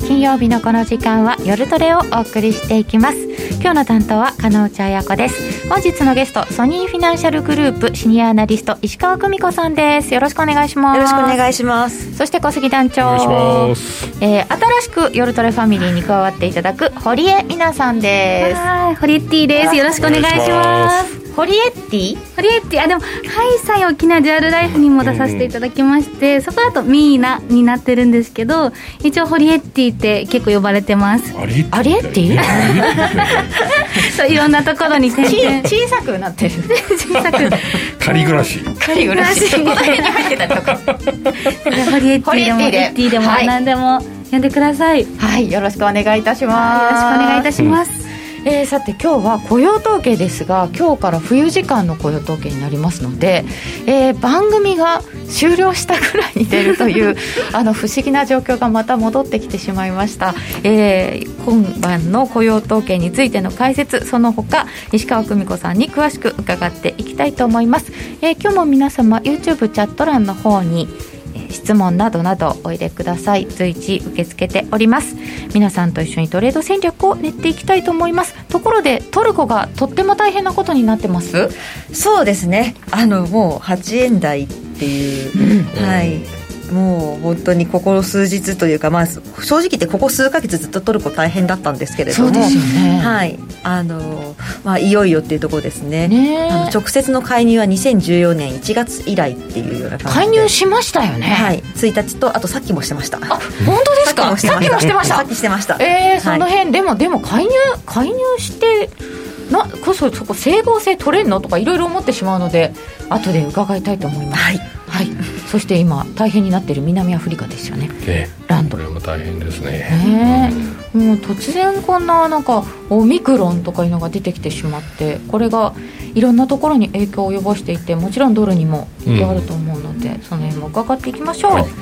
金曜日のこの時間は夜トレをお送りしていきます。今日の担当は金内彩子です。本日のゲスト、ソニーフィナンシャルグループシニアアナリスト石川久美子さんです。よろしくお願いします。 よろしくお願いします。 そして小杉団長、 お願いします。 新しく夜トレファミリーに加わっていただく堀江美奈さんです。 はい、堀江ティです。よろしくお願いします。 堀江ティでもハイサイ沖縄デュアルライフにも出させていただきまして、そこだとミーナになってるんですけど、一応堀江ティって結構呼ばれてます。 アリエッティそう、いろんなところに小さくなってる小さく仮暮らしこの辺に入ってたりとか堀江ティでもエッティでも何でも呼んでください。 はい、よろしくお願いいたします。 よろしくお願いいたします。 さて今日は雇用統計ですが、今日から冬時間の雇用統計になりますので、番組が終了したぐらいに出るという不思議な状況がまた戻ってきてしまいました。今晩の雇用統計についての解説、その他石川久美子さんに詳しく伺っていきたいと思います。今日も皆様 YouTube チャット欄の方に質問などなどお入れください。随時受け付けております。皆さんと一緒にトレード戦略を練っていきたいと思います。ところでトルコがとっても大変なことになってます。 そうですね、もう8円台っていう、はい、もう本当にここ数日というか、正直言ってここ数ヶ月ずっとトルコ大変だったんですけれども、 そうですよね、 はい、いよいよっていうところですね。直接の介入は2014年1月以来っていうような感じで介入しましたよね。 はい、1日とあとさっきもしてました。 あ、本当ですか。さっきもしてました。 さっきしてました。 その辺、でも介入してそこ整合性取れんのとかいろいろ思ってしまうので、後で伺いたいと思います。はい、はい、そして今大変になっている南アフリカですよね。ランド、 これも大変ですね。 もう突然こんなオミクロンとかいうのが出てきてしまって、これがいろんなところに影響を及ぼしていて、もちろんドルにも影響あると思うので、その辺も伺っていきましょう。はい、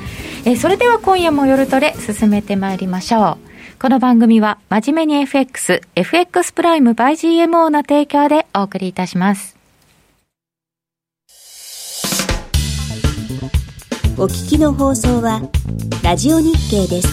それでは今夜も夜トレ進めてまいりましょう。この番組は真面目に FX プライム by GMO の提供でお送りいたします。 お聞きの放送はラジオ日経です。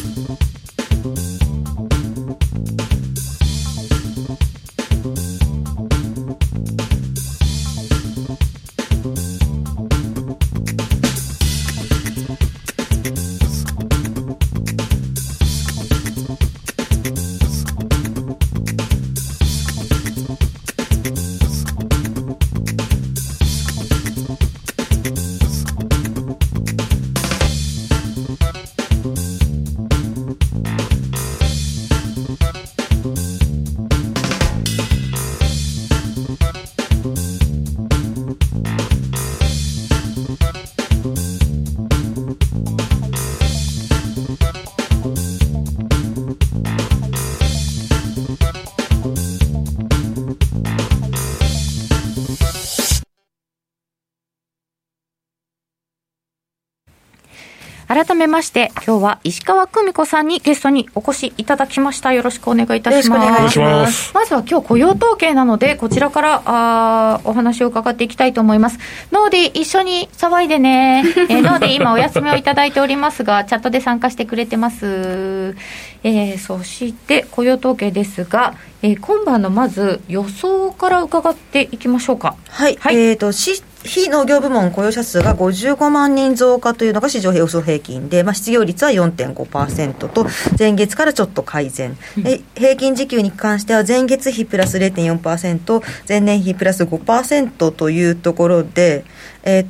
改めまして今日は石川久美子さんにゲストにお越しいただきました。よろしくお願いいたします。 よろしくお願いします。 まずは今日雇用統計なので、こちらからお話を伺っていきたいと思います。ノーディ一緒に騒いでね。ノーディ今お休みをいただいておりますが、チャットで参加してくれてます。そして雇用統計ですが、今晩のまず予想から伺っていきましょうか。 はい、はい、非農業部門雇用者数が55万人増加というのが市場予想平均で、失業率は 4.5% と前月からちょっと改善、平均時給に関しては前月比プラス 0.4%、 前年比プラス 5% というところで、前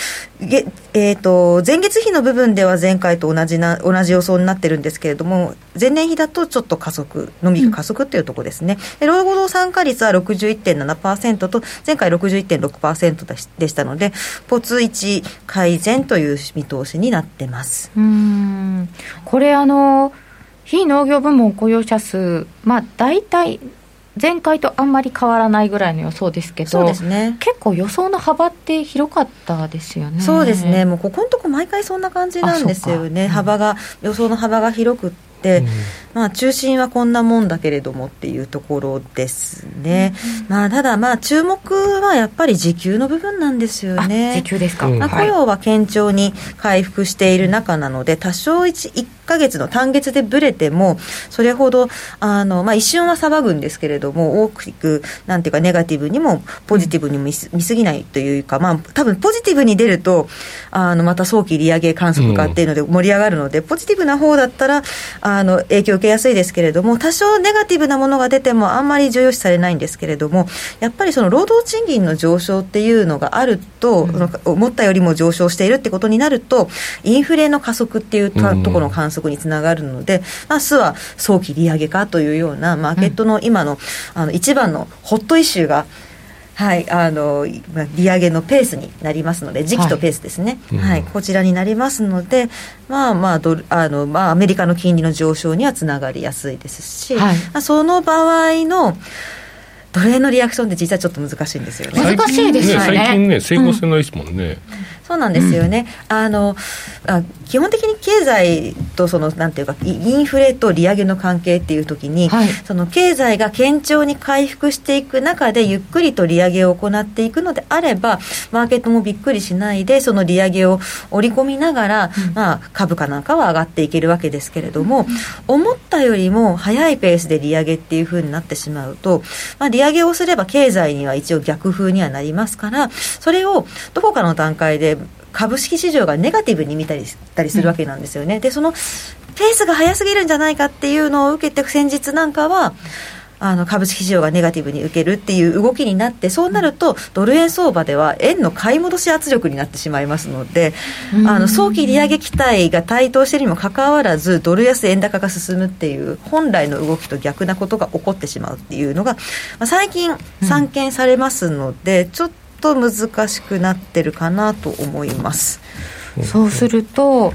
月比の部分では前回と同じ予想になってるんですけれども、前年比だとちょっと伸び加速というところですね。労働参加率は 61.7% と前回 61.6% でしたので、ポツ1改善という見通しになってます。 これ非農業部門雇用者数、大体前回とあんまり変わらないぐらいの予想ですけど、 そうですね、 結構予想の幅って広かったですよね。 そうですね、もうここのとこ毎回そんな感じなんですよね。予想の幅が広くって、中心はこんなもんだけれどもっていうところですね。ただ注目はやっぱり時給の部分なんですよね。 時給ですか。 雇用は堅調に回復している中なので、多少1 ヶ月の単月でブレてもそれほど一瞬は騒ぐんですけれども、大きくなんていうかネガティブにもポジティブにも見すぎないというか、多分ポジティブに出るとまた早期利上げ観測かっていうので盛り上がるので、ポジティブな方だったら影響を受けやすいですけれども、多少ネガティブなものが出てもあんまり重要視されないんですけれども、やっぱりその労働賃金の上昇っていうのがあると、思ったよりも上昇しているってことになるとインフレの加速っていうところの観測につながるので、明日は早期利上げかというようなマーケットの今の、一番のホットイシューが、利上げのペースになりますので、時期とペースですね、こちらになりますので、アメリカの金利の上昇にはつながりやすいですし、その場合のドル円のリアクションって実はちょっと難しいんですよね。 難しいですよね。 最近ね、整合性ないですもんね。 そうなんですよね。基本的に経済となんていうかインフレと利上げの関係っていう時に、その経済が堅調に回復していく中でゆっくりと利上げを行っていくのであれば、マーケットもびっくりしないでその利上げを織り込みながら、株価なんかは上がっていけるわけですけれども、思ったよりも早いペースで利上げっていう風になってしまうと、利上げをすれば経済には一応逆風にはなりますから、それをどこかの段階で株式市場がネガティブに見たりしたりするわけなんですよね。でそのペースが早すぎるんじゃないかっていうのを受けて、先日なんかは株式市場がネガティブに受けるっていう動きになって、そうなるとドル円相場では円の買い戻し圧力になってしまいますので、早期利上げ期待が台頭しているにもかかわらずドル安円高が進むっていう本来の動きと逆なことが起こってしまうっていうのが、最近散見されますので、ちょっと難しくなってるかなと思います。 そうすると、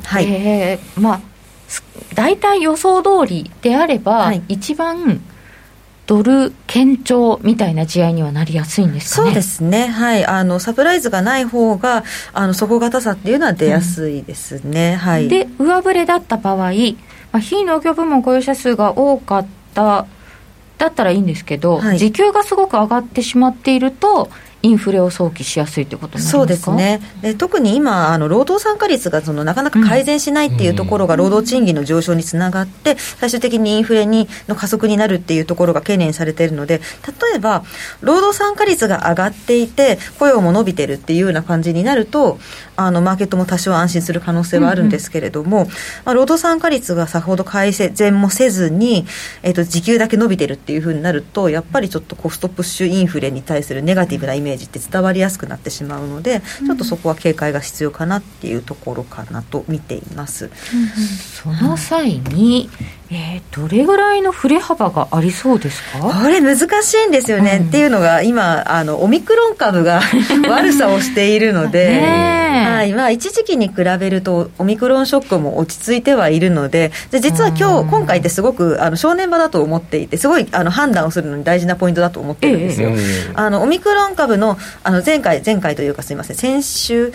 大体予想通りであれば、一番ドル堅調みたいな試合にはなりやすいんですかね。 そうですね、サプライズがない方が底堅さっていうのは出やすいですね。 で上振れだった場合、非農業部門雇用者数が多かっただったらいいんですけど、時給がすごく上がってしまっているとインフレを想起しやすいということになりますか。 そうですね。特に今労働参加率がなかなか改善しないっていうところが労働賃金の上昇につながって、最終的にインフレの加速になるっていうところが懸念されているので、例えば労働参加率が上がっていて雇用も伸びてるっていうような感じになると、マーケットも多少安心する可能性はあるんですけれども、労働参加率がさほど改善もせずに、時給だけ伸びてるっていう風になると、やっぱりちょっとコストプッシュインフレに対するネガティブなイメージって伝わりやすくなってしまうので、ちょっとそこは警戒が必要かなっていうところかなと見ています。 その際に、どれぐらいの振れ幅がありそうですか。 これ難しいんですよね、っていうのが今オミクロン株が悪さをしているので、一時期に比べるとオミクロンショックも落ち着いてはいるので、実は今回ってすごく正念場だと思っていて、すごい判断をするのに大事なポイントだと思ってるんですよ。オミクロン株の前回というかすいません、先週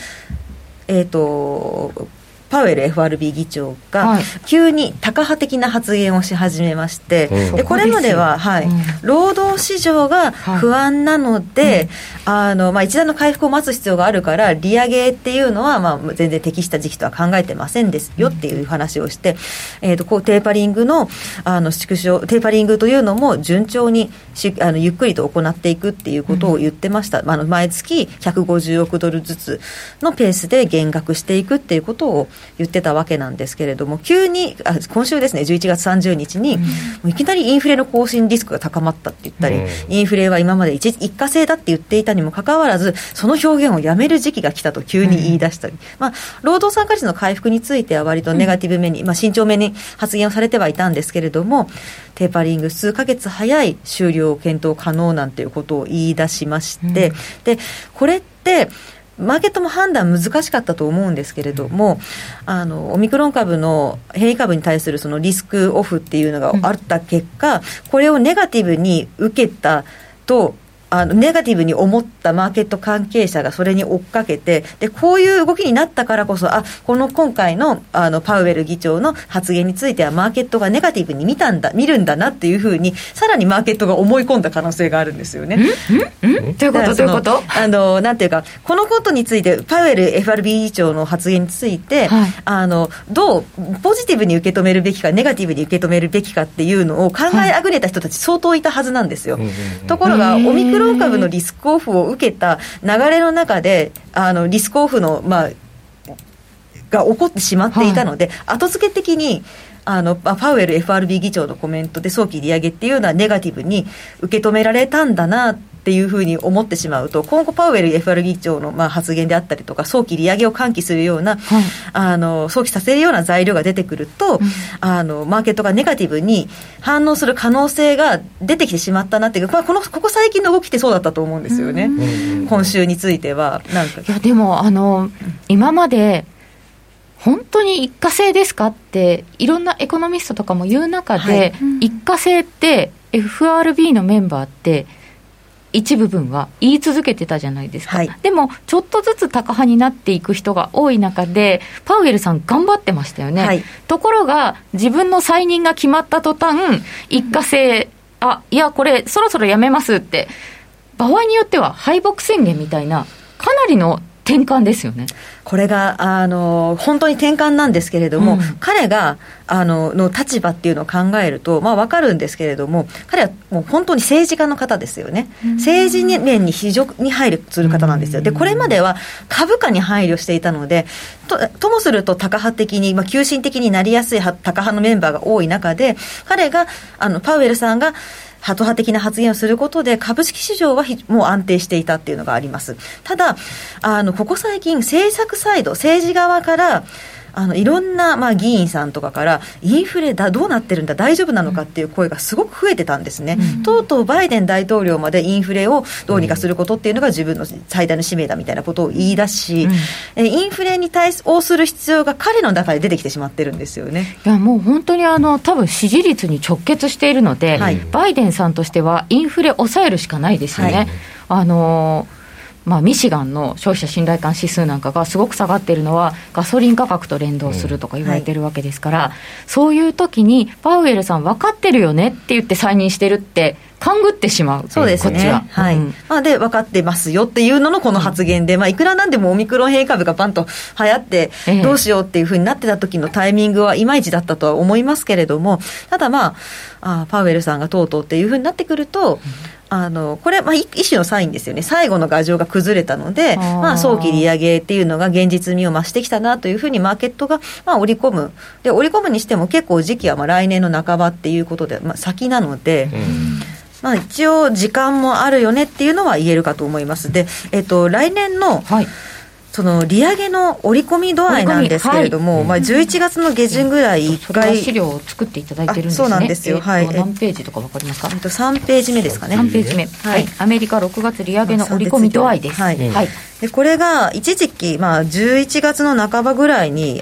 パウエル FRB 議長が急にタカ派的な発言をし始めまして、でこれまでは、労働市場が不安なので、一段の回復を待つ必要があるから利上げっていうのは、全然適した時期とは考えてませんですよっていう話をして、こうテーパリングの縮小、テーパリングというのも順調にゆっくりと行っていくっていうことを言ってました。毎月150億ドルずつのペースで減額していくっていうことを言ってたわけなんですけれども、急に今週ですね、11月30日に、いきなりインフレの更新リスクが高まったって言ったり、インフレは今まで一過性だって言っていたにもかかわらず、その表現をやめる時期が来たと急に言い出したり、労働参加率の回復については割とネガティブめに、慎重めに発言をされてはいたんですけれども、テーパリング数ヶ月早い終了を検討可能なんていうことを言い出しまして、でこれってマーケットも判断難しかったと思うんですけれども、オミクロン株の変異株に対するそのリスクオフっていうのがあった結果、これをネガティブに受けたとネガティブに思ったマーケット関係者がそれに追っかけて、でこういう動きになったからこそ、今回のパウエル議長の発言についてはマーケットがネガティブに見るんだなっていうふうにさらにマーケットが思い込んだ可能性があるんですよね。 どういうことなんていうか、このことについてパウエル FRB 議長の発言について、どうポジティブに受け止めるべきかネガティブに受け止めるべきかっていうのを考えあぐれた人たち相当いたはずなんですよ。ところがオミクロン株のリスクオフを受けた流れの中でリスクオフの、が起こってしまっていたので、後付け的にパウエル FRB 議長のコメントで早期利上げっていうのはネガティブに受け止められたんだなっていうふうに思ってしまうと、今後パウエル FRB 議長の発言であったりとか早期利上げを喚起するような、早期させるような材料が出てくると、マーケットがネガティブに反応する可能性が出てきてしまったなっていう、ここ最近の動きってそうだったと思うんですよね。今週についてはなんか、 いやでも今まで本当に一過性ですかっていろんなエコノミストとかも言う中で、一過性って FRB のメンバーって一部分は言い続けてたじゃないですか、でもちょっとずつ高派になっていく人が多い中でパウエルさん頑張ってましたよね、ところが自分の再任が決まった途端一過性、いやこれそろそろやめますって場合によっては敗北宣言みたいなかなりの転換ですよね。 これが本当に転換なんですけれども、彼がの立場っていうのを考えると分かるんですけれども、彼はもう本当に政治家の方ですよね。政治面に非常に配慮する方なんですよ。でこれまでは株価に配慮していたので、ともするとタカ派的に、急進的になりやすいタカ派のメンバーが多い中で、彼がパウエルさんがハト派的な発言をすることで株式市場はもう安定していたっていうのがあります。ただここ最近政策サイド、政治側からいろんな、議員さんとかからインフレどうなってるんだ大丈夫なのかっていう声がすごく増えてたんですね、とうとうバイデン大統領までインフレをどうにかすることっていうのが自分の最大の使命だみたいなことを言い出し、インフレに応する必要が彼の中で出てきてしまってるんですよね。 いやもう本当に多分支持率に直結しているので、バイデンさんとしてはインフレ抑えるしかないですよね、ミシガンの消費者信頼感指数なんかがすごく下がっているのはガソリン価格と連動するとか言われてるわけですから、そういう時にパウエルさん分かってるよねって言って再任してるって勘ぐってしまう。 そうですね、 こっちは、 で分かってますよっていうののこの発言で、いくらなんでもオミクロン変異株がバンと流行ってどうしようっていうふうになってた時のタイミングはいまいちだったとは思いますけれども、ただパウエルさんがとうとうっていうふうになってくると、これ、一種のサインですよね。最後の牙城が崩れたので、早期利上げっていうのが現実味を増してきたなというふうにマーケットが、織り込む。で、織り込むにしても結構時期は来年の半ばっていうことで、先なので、一応時間もあるよねっていうのは言えるかと思います。で、来年の、その利上げの織り込み度合いなんですけれども、11月の下旬ぐらい1回資料を作っていただいてるんですね。 そうなんですよ、 何ページとか分かりますか ？3ページ目ですかね。 3ページ目、アメリカ6月利上げの織り込み度合いです。 でこれが一時期、11月の半ばぐらいに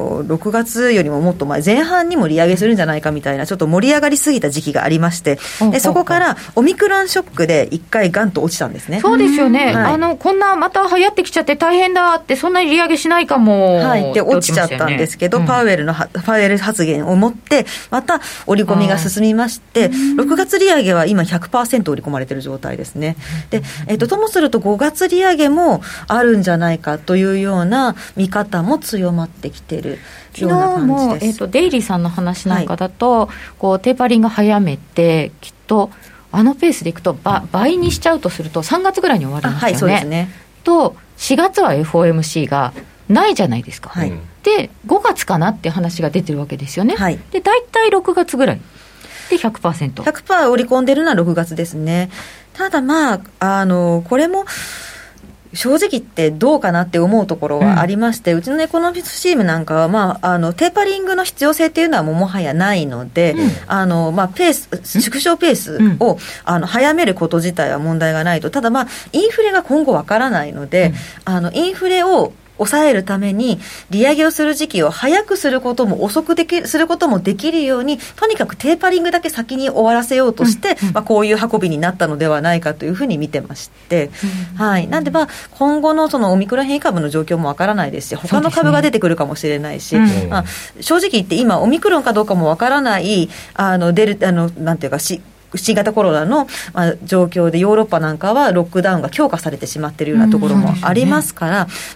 6月よりももっと前半にも利上げするんじゃないかみたいなちょっと盛り上がりすぎた時期がありまして、でそこからオミクロンショックで1回ガンと落ちたんですね。 そうですよね、こんなまた流行ってきちゃって大変だって、そんなに利上げしないかも、 で落ちちゃったんですけど、パウエル発言をもってまた織り込みが進みまして、6月利上げは今 100% 織り込まれている状態ですね。で、ともすると5月利上げもあるんじゃないかというような見方も強まってきているような感じです。 昨日も、デイリーさんの話なんかだと、テーパリング早めてきっとペースでいくと倍にしちゃうとすると3月ぐらいに終わりますよね。 そうですね。 と4月は FOMC がないじゃないですか、で5月かなっていう話が出てるわけですよね、で大体6月ぐらいで 100% 織り込んでるのは6月ですね。ただこれも正直言ってどうかなって思うところはありまして、うちのエコノミスチームなんかは、テーパリングの必要性っていうのはもはやないので、縮小ペースを、早めること自体は問題がないと。ただインフレが今後わからないので、インフレを抑えるために利上げをする時期を早くすることも遅くすることもできるように、とにかくテーパリングだけ先に終わらせようとして、こういう運びになったのではないかというふうに見てまして、はい、なんで今後のそのオミクロン変異株の状況もわからないですし、他の株が出てくるかもしれないし、正直言って今オミクロンかどうかもわからないなんていうか新型コロナの状況でヨーロッパなんかはロックダウンが強化されてしまっているようなところもありますから、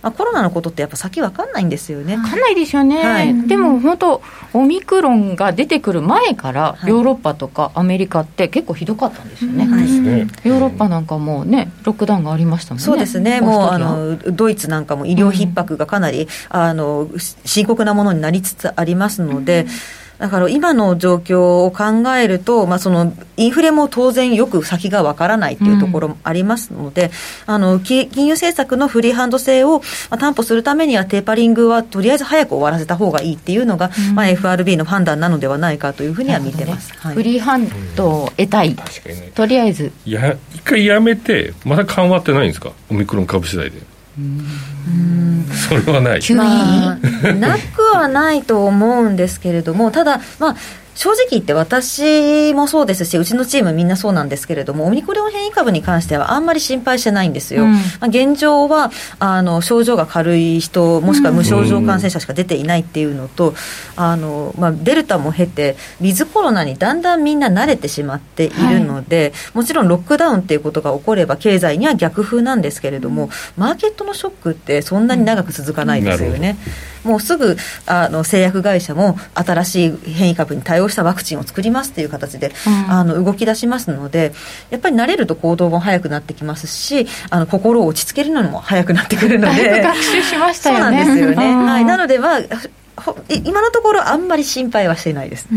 コロナのことってやっぱ先分かんないんですよね。 分かんないですよね、はい、でも本当オミクロンが出てくる前からヨーロッパとかアメリカって結構ひどかったんですよね、はい、ヨーロッパなんかもねロックダウンがありましたもんね。 そうですね、もうドイツなんかも医療逼迫がかなり、深刻なものになりつつありますので、だから今の状況を考えると、そのインフレも当然よく先がわからないというところもありますので、金融政策のフリーハンド性を担保するためにはテーパリングはとりあえず早く終わらせた方がいいっていうのが、FRB の判断なのではないかというふうには見てます、はい、 フリーハンドを得たい、とりあえず一回やめてまた緩和ってないんですか、オミクロン株次第で。それはない、 なくはないと思うんですけれども、ただ正直言って私もそうですし、うちのチームみんなそうなんですけれども、オミクロン変異株に関してはあんまり心配してないんですよ、現状は症状が軽い人もしくは無症状感染者しか出ていないっていうのと、デルタも経てウィズコロナにだんだんみんな慣れてしまっているので、もちろんロックダウンっていうことが起これば経済には逆風なんですけれども、マーケットのショックってそんなに長く続かないですよね、もうすぐ製薬会社も新しい変異株に対応したワクチンを作りますという形で、動き出しますので、やっぱり慣れると行動も早くなってきますし、心を落ち着けるのも早くなってくるので、 だいぶ学習しましたよね。 そうなんですよね、はい、なので、今のところあんまり心配はしてないです。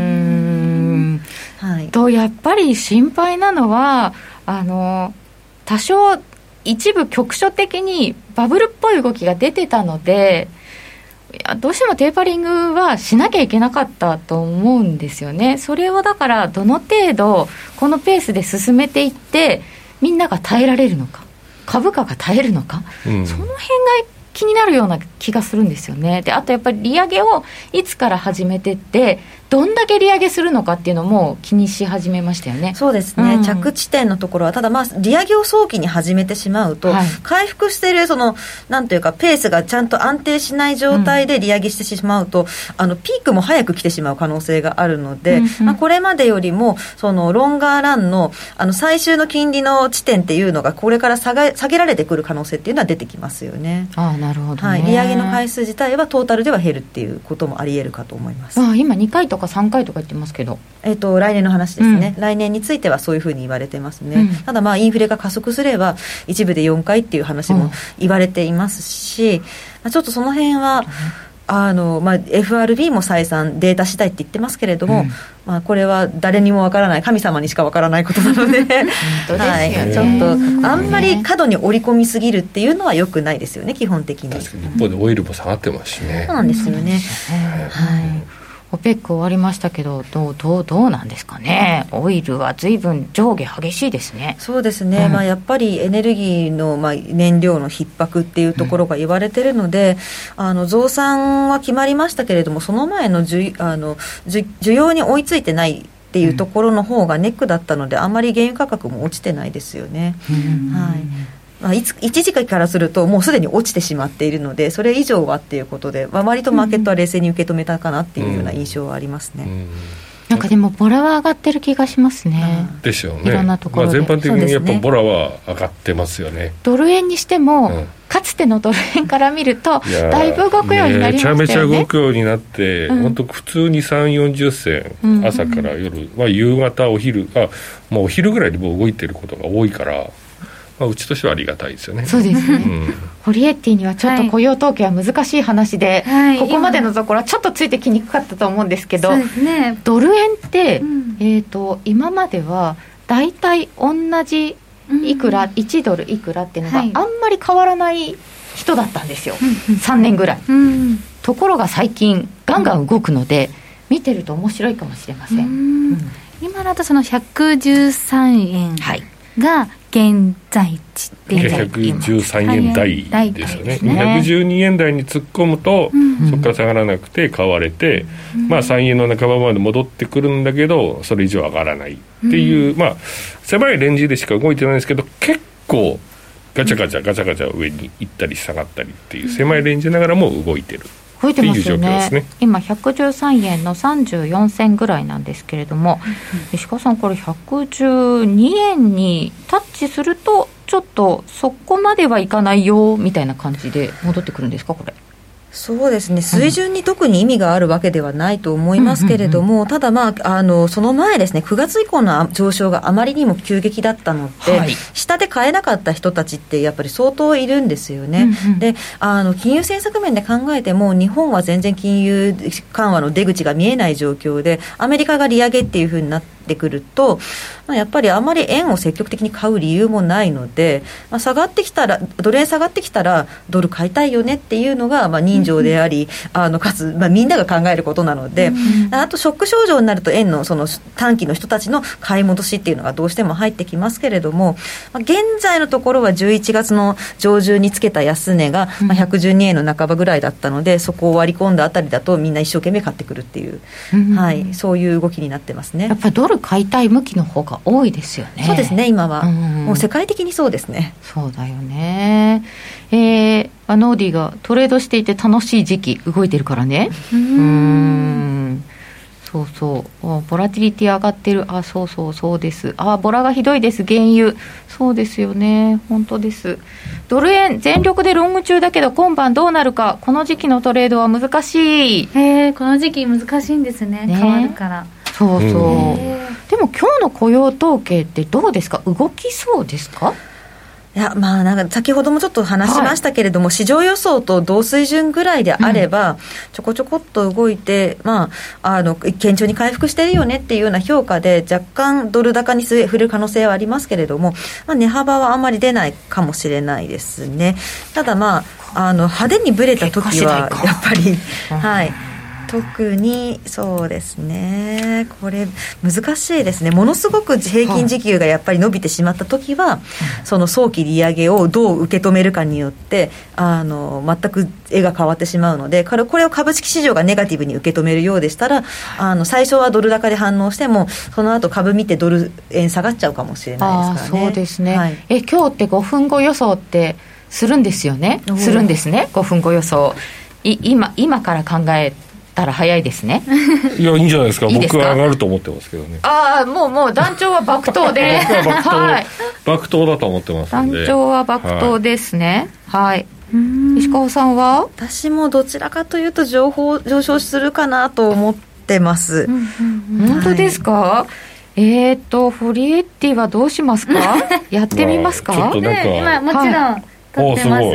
はい、やっぱり心配なのは多少一部局所的にバブルっぽい動きが出てたので、どうしてもテーパリングはしなきゃいけなかったと思うんですよね。それをだからどの程度このペースで進めていってみんなが耐えられるのか、株価が耐えるのか、その辺が気になるような気がするんですよね。であとやっぱり利上げをいつから始めてってどんだけ利上げするのかっていうのも気にし始めましたよね。 そうですね、着地点のところはただ利上げを早期に始めてしまうと、回復しているなんというかペースがちゃんと安定しない状態で利上げしてしまうと、ピークも早く来てしまう可能性があるので、これまでよりもロンガーランの最終の金利の地点っていうのがこれから下げられてくる可能性っていうのは出てきますよね。 なるほどね、 利上げの回数自体はトータルでは減るっていうこともあり得るかと思います。 今2回とか3回とか言ってますけど、 来年の話ですね、来年についてはそういうふうに言われてますね、ただインフレが加速すれば一部で4回っていう話も言われていますし、ちょっとその辺はFRB も再三データ次第って言ってますけれども、これは誰にもわからない、神様にしかわからないことなのではい、ちょっとあんまり過度に織り込みすぎるっていうのは良くないですよね、基本的に。 確かに一方でオイルも下がってますしね。 そうなんですよね、 OPEC 終わりましたけどどうなんですかね。オイルは随分上下激しいですね。 そうですね、やっぱりエネルギーの、燃料の逼迫っていうところが言われてるので、増産は決まりましたけれども、その前の需要に追いついてないっていうところの方がネックだったので、あんまり原油価格も落ちてないですよね。一時期からするともうすでに落ちてしまっているので、それ以上はっていうことで、割とマーケットは冷静に受け止めたかなっていうような印象はありますね。 なんかでもボラは上がってる気がしますね。 ですよね。 いろんなところで、 全般的にやっぱボラは上がってますよね。 ドル円にしても、かつてのドル円から見るとだいぶ動くようになりましたよね。 めちゃめちゃ動くようになって、本当普通に3、40銭、朝から夜、夕方お昼お昼ぐらいにもう動いてることが多いから、うちとしてはありがたいですよね。 そうですね、ホリエッティにはちょっと雇用統計は難しい話で、ここまでのところはちょっとついてきにくかったと思うんですけど、ドル円って、今まではだいたい同じいくら、1ドルいくらっていうのがあんまり変わらない人だったんですよ、3年ぐらい、ところが最近ガンガン動くので、見てると面白いかもしれません。 今だとその113円が現在地っていう 113円台ですよね。112円台に突っ込むと、そこから下がらなくて買われて、まあ3円の半ばまで戻ってくるんだけど、それ以上上がらないっていう、まあ狭いレンジでしか動いてないんですけど、結構ガチャガチャ上に行ったり下がったりっていう狭いレンジながらも動いてる動いてますよね。 っていう状況ですね。 今113円の34銭ぐらいなんですけれども、石川さんこれ112円にタッチするとちょっとそこまではいかないよみたいな感じで戻ってくるんですかこれ。 そうですね、水準に特に意味があるわけではないと思いますけれども、ただ、まあ、その前ですね、9月以降の上昇があまりにも急激だったので、下で買えなかった人たちってやっぱり相当いるんですよね。で、金融政策面で考えても日本は全然金融緩和の出口が見えない状況で、アメリカが利上げっていう風になってくると、やっぱりあまり円を積極的に買う理由もないので、下がってきたらドル円下がってきたらドル買いたいよねっていうのが、人情であり、かつ、みんなが考えることなので、あとショック症状になると円のその短期の人たちの買い戻しっていうのがどうしても入ってきますけれども、現在のところは11月の上旬につけた安値が、112円の半ばぐらいだったので、そこを割り込んだあたりだとみんな一生懸命買ってくるっていう、そういう動きになってますね。 やっぱりドル買いたい向きの方が多いですよね。 そうですね、今は、もう世界的にそうですね。 そうだよね。ノーディーがトレードしていて楽しい時期動いてるからね。そうそうボラティリティ上がってる。そうです。ボラがひどいです。原油そうですよね、本当です。ドル円全力でロング中だけど今晩どうなるか。この時期のトレードは難しい。 この時期難しいんですね、変わるから。 そうでも今日の雇用統計ってどうですか、動きそうですか。 いや、なんか先ほどもちょっと話しましたけれども、市場予想と同水準ぐらいであれば、ちょこちょこっと動いて、堅調に回復しているよねっていうような評価で、若干ドル高に振る可能性はありますけれども、値幅はあんまり出ないかもしれないですね。ただ派手にブレた時はやっぱり特にそうですね、これ難しいですね。ものすごく平均時給がやっぱり伸びてしまった時は、その早期利上げをどう受け止めるかによって全く絵が変わってしまうので、これを株式市場がネガティブに受け止めるようでしたら、最初はドル高で反応してもその後株見てドル円下がっちゃうかもしれないですからね。 そうですね、今日って5分後予想ってするんですよね。するんですね、5分後予想。今から考えたら早いですね。 いや、いいんじゃないですか。僕は上がると思ってますけどね。 もう団長は爆投で僕は爆投だと思ってますんで。 団長は爆投ですね。石川さんは。 私もどちらかというと上昇するかなと思ってます。 本当ですか。フォリエッティはどうしますか。やってみますか。 ちょっとなんか、 今もちろん取ってます。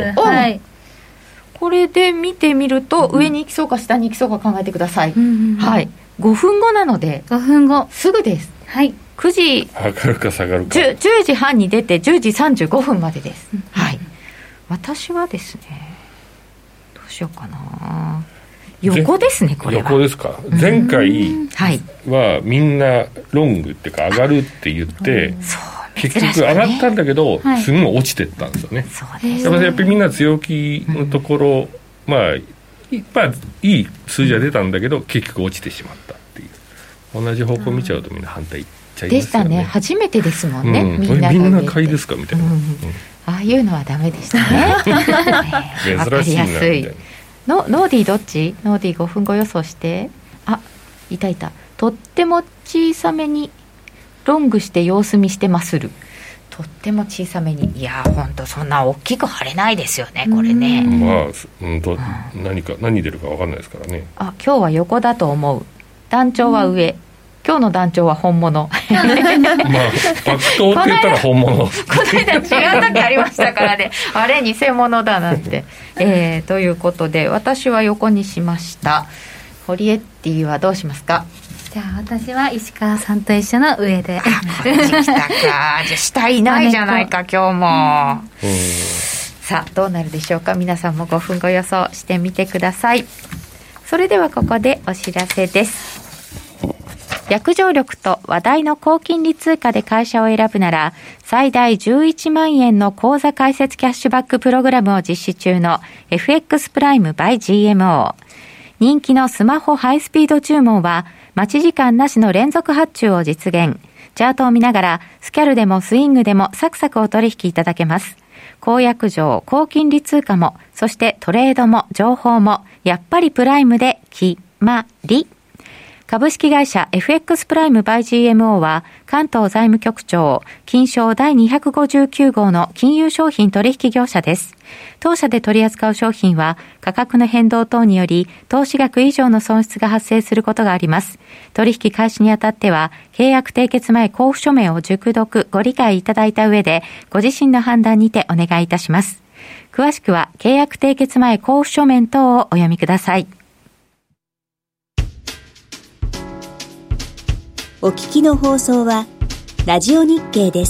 これで見てみると、上に行きそうか下に行きそうか考えてください。5分後なので 5分後すぐです。9時上がるか下がるか。 10時半に出て10時35分までです。私はですね、どうしようかな。横ですね、これは。 横ですか。前回はみんなロングっていうか上がるって言って、結局上がったんだけど、すぐ落ちてったんですよね。やっぱりみんな強気のところ、いい数字は出たんだけど、結局落ちてしまったっていう。同じ方向見ちゃうとみんな反対いっちゃいますよね。 でしたね。初めてですもんね。 みんな買いですかみたいな。 ああいうのはダメでしたね。わかりやすい。ノーディーどっち？ノーディー5分後予想して。いた。とっても小さめにロングして様子見してまする。とっても小さめに。いや本当そんな大きく張れないですよね、これね。 何出るか分かんないですからね。 今日は横だと思う。団長は上。今日の団長は本物。 爆投って言ったら本物。 この間違う時ありましたからね。あれ偽物だなんて。ということで私は横にしました。ホリエッティはどうしますか。 じゃあ私は石川さんと一緒の上で。 こっち来たか。じゃあ下いないじゃないか今日も。さあどうなるでしょうか。皆さんも5分後予想してみてください。それではここでお知らせです。 約定力と話題の高金利通貨で会社を選ぶなら、最大11万円の口座開設キャッシュバックプログラムを実施中の FX プライム by GMO。人気のスマホハイスピード注文は、待ち時間なしの連続発注を実現。チャートを見ながら、スキャルでもスイングでもサクサクお取引いただけます。公約上、高金利通貨も、そしてトレードも情報も、やっぱりプライムで決まり。株式会社 FX プライム by GMO は関東財務局長金商第259号の金融商品取引業者です。当社で取り扱う商品は価格の変動等により投資額以上の損失が発生することがあります。取引開始にあたっては契約締結前交付書面を熟読ご理解いただいた上でご自身の判断にてお願いいたします。詳しくは契約締結前交付書面等をお読みください。 お聞きの放送はラジオ日経です。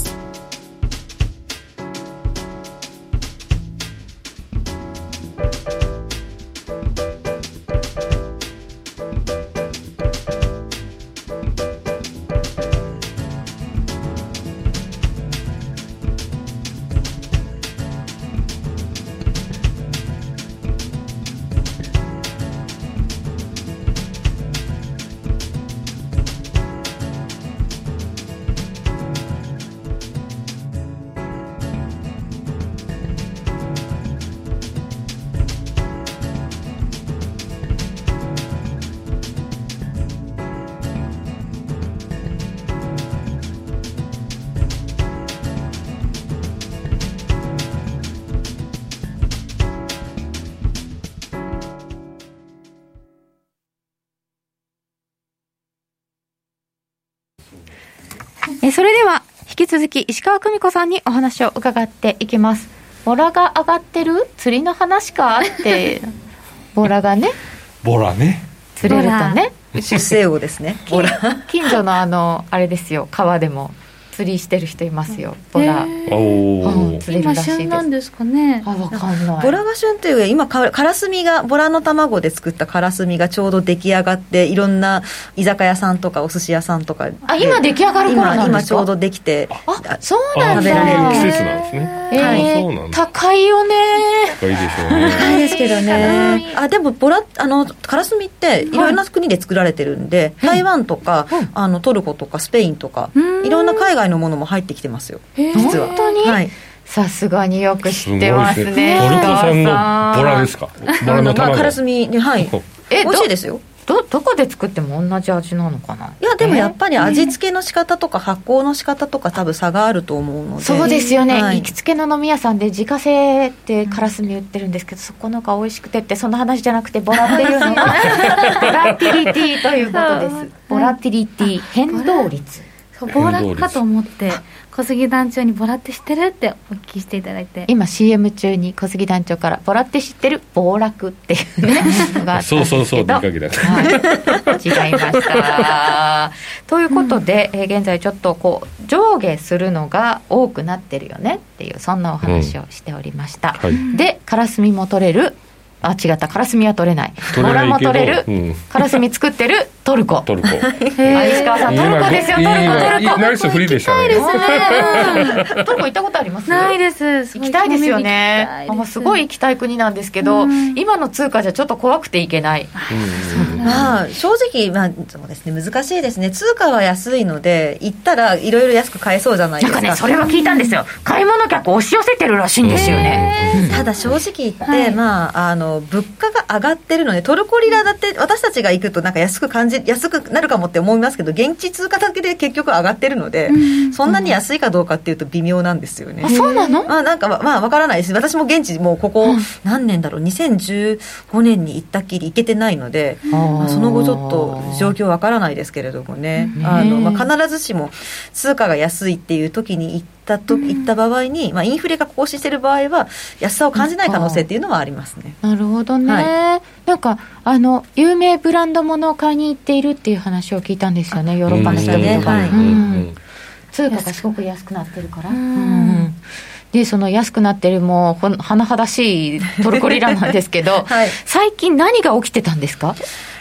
それでは引き続き石川久美子さんにお話を伺っていきます。ボラが上がってる釣りの話かってボラがねボラね釣れるとね出世魚ですね。ボラ近所のあれですよ、川でも釣りしてる人いますよ、ボラ。 釣れるらしいです。今旬なんですかね。 わかんない。 ボラが旬というか今カラスミがボラの卵で作ったカラスミがちょうど出来上がっていろんな居酒屋さんとかお寿司屋さんとか今出来上がる頃なんですか。 今ちょうどできてそうなんだ。 食べられる季節なんですね。そうなんだ。 高いよね。 高いでしょうね。 高いですけどね。でもボラカラスミっていろんな国で作られてるんで、台湾とかトルコとかスペインとかいろんな海外のものも入ってきてますよ、実は。 本当に、はい、さすがによく知ってますね。 トルコ産のボラですか。ボラの卵。 カラスミに、はい、美味しいですよ。 どこで作っても同じ味なのかな。 いやでもやっぱり味付けの仕方とか発酵の仕方とか多分差があると思うので。 そうですよね、はい、行きつけの飲み屋さんで自家製ってカラスミ売ってるんですけど、そこのが美味しくてって、その話じゃなくてボラっていうのはボラティリティということです。ボラティリティ、変動率。 暴落かと思って小杉団長にボラって知ってるってお聞きしていただいて、 今 CM 中に小杉団長からボラって知ってる暴落っていうねのがあったんですけど、 そう見かけた、 はい、違いましたということで、現在ちょっと上下するのが多くなってるよねっていう、そんなお話をしておりました、はい、でカラスミも取れる、違った、カラスミは取れない、ボラも取れる、カラスミ作ってるトルコ。 石川さんトルコですよ。トルコナイスフリーでしたね。 トルコ行ったことあります？ ないです。 行きたいですよね。すごい行きたい国なんですけど、今の通貨じゃちょっと怖くて行けない。 正直、そうですね、難しいですね。通貨は安いので行ったらいろいろ安く買えそうじゃないですか。 なんかね、それは聞いたんですよ。買い物客押し寄せてるらしいんですよね。 ただ正直言って、物価が上がってるので、トルコリラだって私たちが行くとなんか安くなるかもって思いますけど、現地通貨だけで結局上がってるので、そんなに安いかどうかっていうと微妙なんですよね。 そうなの？ なんかわからないです。私も現地もうここ何年だろう、2015年に行ったっきり行けてないので、その後ちょっと状況わからないですけれどもね、必ずしも通貨が安いっていう時に行った場合に、インフレが更新している場合は安さを感じない可能性っていうのはありますね。 なるほどね、はい、なんか有名ブランド物を買いに行っているっていう話を聞いたんですよね、ヨーロッパの人々が、通貨がすごく安くなってるから、でその安くなってるもう甚だしいトルコリラなんですけど、はい、最近何が起きてたんですか？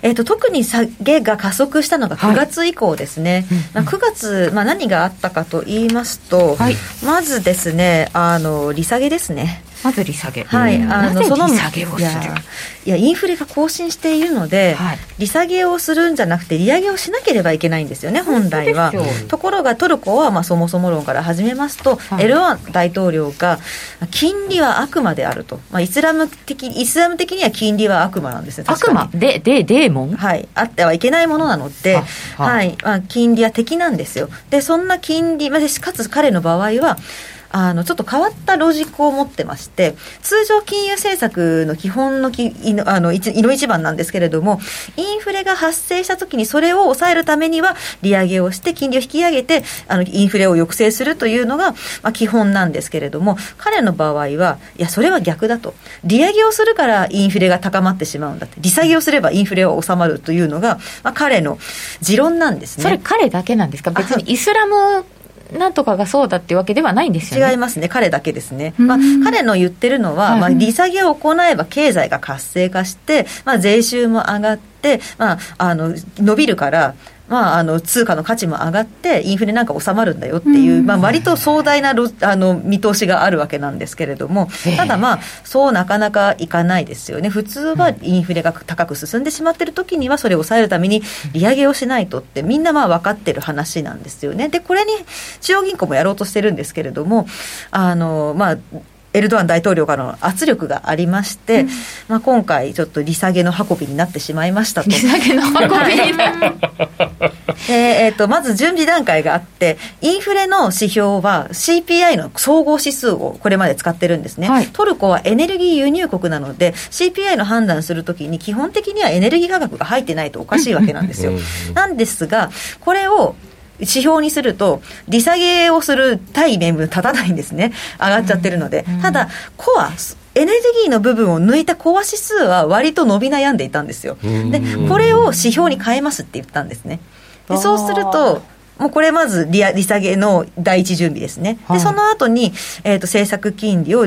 特に下げが加速したのが9月以降ですね、9月、何があったかと言いますと、まずですね、利下げですね。 まず利下げ、 はい、 なぜ利下げをする？ いやインフレが更新しているので、利下げをするんじゃなくて利上げをしなければいけないんですよね、本来は。ところがトルコはそもそも論から始めますと、エルドアン大統領が金利は悪魔であると、イスラム的には金利は悪魔なんですね。 悪魔でデーモン、 はい、あってはいけないものなので、金利は敵なんですよ。でそんな金利、かつ彼の場合はちょっと変わったロジックを持ってまして、通常金融政策の基本の一番なんですけれども、インフレが発生したときにそれを抑えるためには利上げをして金利を引き上げてインフレを抑制するというのが、基本なんですけれども、彼の場合はいやそれは逆だと、利上げをするからインフレが高まってしまうんだって、利下げをすればインフレは収まるというのが、彼の持論なんですね。 それ彼だけなんですか？別にイスラムなんとかがそうだっていうわけではないんですよね。 違いますね、彼だけですね。彼の言ってるのは、利下げを行えば経済が活性化して、税収も上がって、伸びるから、通貨の価値も上がってインフレなんか収まるんだよっていう、割と壮大な見通しがあるわけなんですけれども、ただそうなかなかいかないですよね。普通はインフレが高く進んでしまっている時にはそれを抑えるために利上げをしないとってみんな分かってる話なんですよね。でこれに中央銀行もやろうとしてるんですけれども、エルドアン大統領からの圧力がありまして、今回ちょっと利下げの運びになってしまいましたと。 利下げの運びになるまず準備段階があって、インフレの指標は CPI の総合指数をこれまで使ってるんですね、トルコはエネルギー輸入国なので CPI の判断するときに基本的にはエネルギー価格が入ってないとおかしいわけなんですよ。なんですがこれを指標にすると利下げをする対面分立たないんですね、上がっちゃってるので。ただコアエネルギーの部分を抜いたコア指数は割と伸び悩んでいたんですよ。でこれを指標に変えますって言ったんですね。でそうするともうこれまず利下げの第一準備ですね。でその後に、政策金利を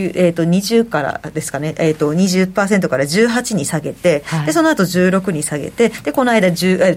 20からですかね、20% から18に下げて、でその後16に下げて、でこの間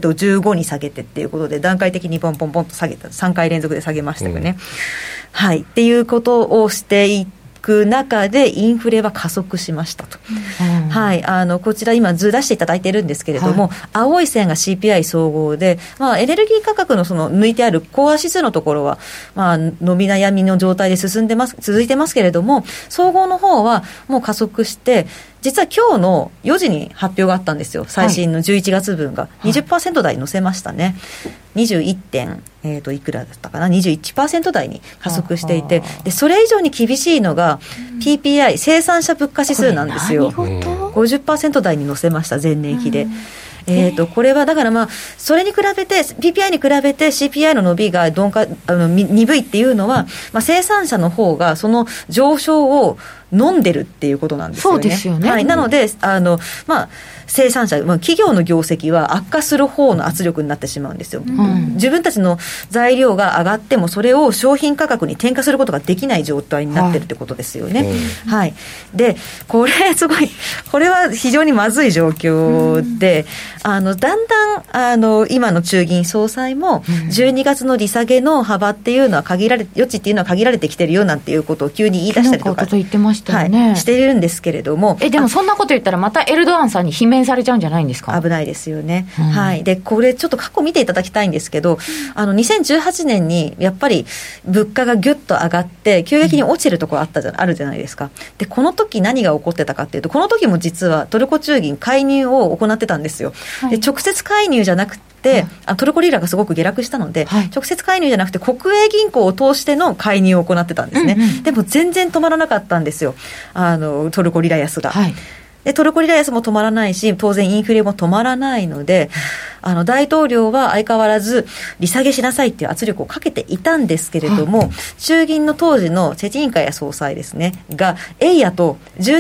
15に下げてっていうことで段階的にポンポンポンと下げた、3回連続で下げましたよね、っていうことをしていく中でインフレは加速しましたと、こちら今図出していただいてるんですけれども、青い線が CPI 総合で、エネルギー価格のその抜いてあるコア指数のところは、伸び悩みの状態で続いてますけれども、総合の方はもう加速して、実は今日の4時に発表があったんですよ。最新の11月分が 20% 台に乗せましたね。21点、いくらだったかな、21% 台に加速していて、でそれ以上に厳しいのが PPI 生産者物価指数なんですよ。50% 台に乗せました、前年比で。これはだからそれに比べて PPI に比べて CPI の伸びが鈍いっていうのは、生産者の方がその上昇を飲んでるっていうことなんですよね。 そうですよね。 なので生産者、企業の業績は悪化する方の圧力になってしまうんですよ、自分たちの材料が上がってもそれを商品価格に転嫁することができない状態になってるってことですよね、でこれは非常にまずい状況で、だんだん今の中銀総裁も12月の利下げの幅っていうのは余地っていうのは限られてきてるよなんていうことを急に言い出したりとか言ってましたよね、 してるんですけれども、 でもそんなこと言ったらまたエルドアンさんに罷免されちゃうんじゃないんですか。 危ないですよね、でこれちょっと過去見ていただきたいんですけど、2018年にやっぱり物価がギュッと上がって急激に落ちるところあるじゃないですか。でこの時何が起こってたかっていうと、この時も実はトルコ中銀介入を行ってたんですよ、で直接介入じゃなくて、トルコリラがすごく下落したので、直接介入じゃなくて国営銀行を通しての介入を行ってたんですね、でも全然止まらなかったんですよ、トルコリラ安が、でトルコリラ安も止まらないし、当然インフレも止まらないので、大統領は相変わらず利下げしなさいっていう圧力をかけていたんですけれども、中銀の当時のチェチンカヤ総裁ですねがやと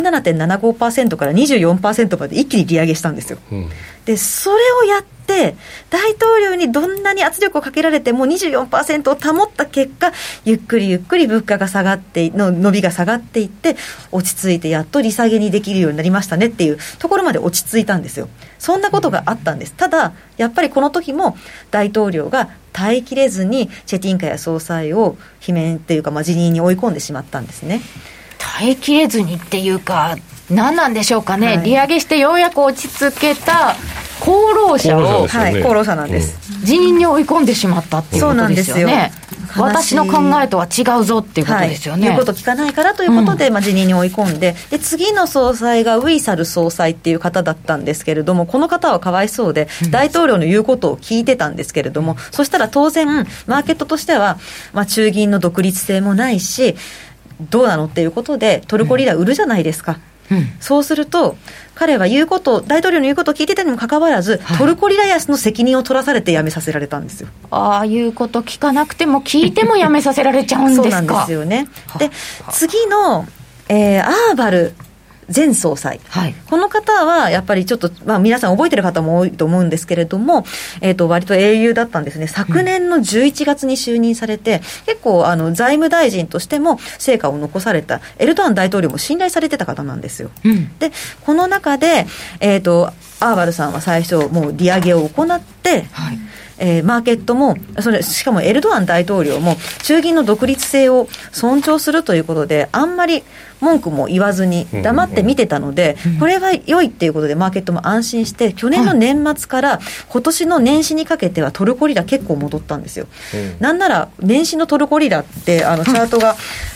17.75% から 24% まで一気に利上げしたんですよ、でそれをやって大統領にどんなに圧力をかけられても 24% を保った結果、ゆっくりゆっくり物価が下がって伸びが下がっていって落ち着いてやっと利下げにできるようになりましたねっていうところまで落ち着いたんですよ。 そんなことがあったんです。ただやっぱりこの時も大統領が耐えきれずにチェティンカヤ総裁を罷免というか、辞任に追い込んでしまったんですね。 耐えきれずにっていうか何なんでしょうかね、利上げしてようやく落ち着けた功労者を、 功労者なんです、 辞任に追い込んでしまったっていうことですよね。私の考えとは違うぞっていうことですよね。 言うこと聞かないからということで、辞任に追い込んで、次の総裁がウィーサル総裁っていう方だったんですけれども、この方はかわいそうで、大統領の言うことを聞いてたんですけれども、そしたら当然マーケットとしては、中銀の独立性もないしどうなのっていうことでトルコリラ売るじゃないですか、そうすると彼は大統領の言うことを聞いてたにもかかわらず、トルコリラ安の責任を取らされて辞めさせられたんですよ。 ああいうこと聞かなくても聞いても辞めさせられちゃうんですか。 そうなんですよね。で次の、アーバル前総裁、この方はやっぱりちょっと、皆さん覚えてる方も多いと思うんですけれども、割と英雄だったんですね。昨年の11月に就任されて、結構財務大臣としても成果を残された、エルドアン大統領も信頼されてた方なんですよ、でこの中で、アーバルさんは最初もう利上げを行って、マーケットもしかもエルドアン大統領も中銀の独立性を尊重するということであんまり文句も言わずに黙って見てたので、これは良いっていうことでマーケットも安心して、去年の年末から今年の年始にかけてはトルコリラ結構戻ったんですよ、なんなら年始のトルコリラってチャートが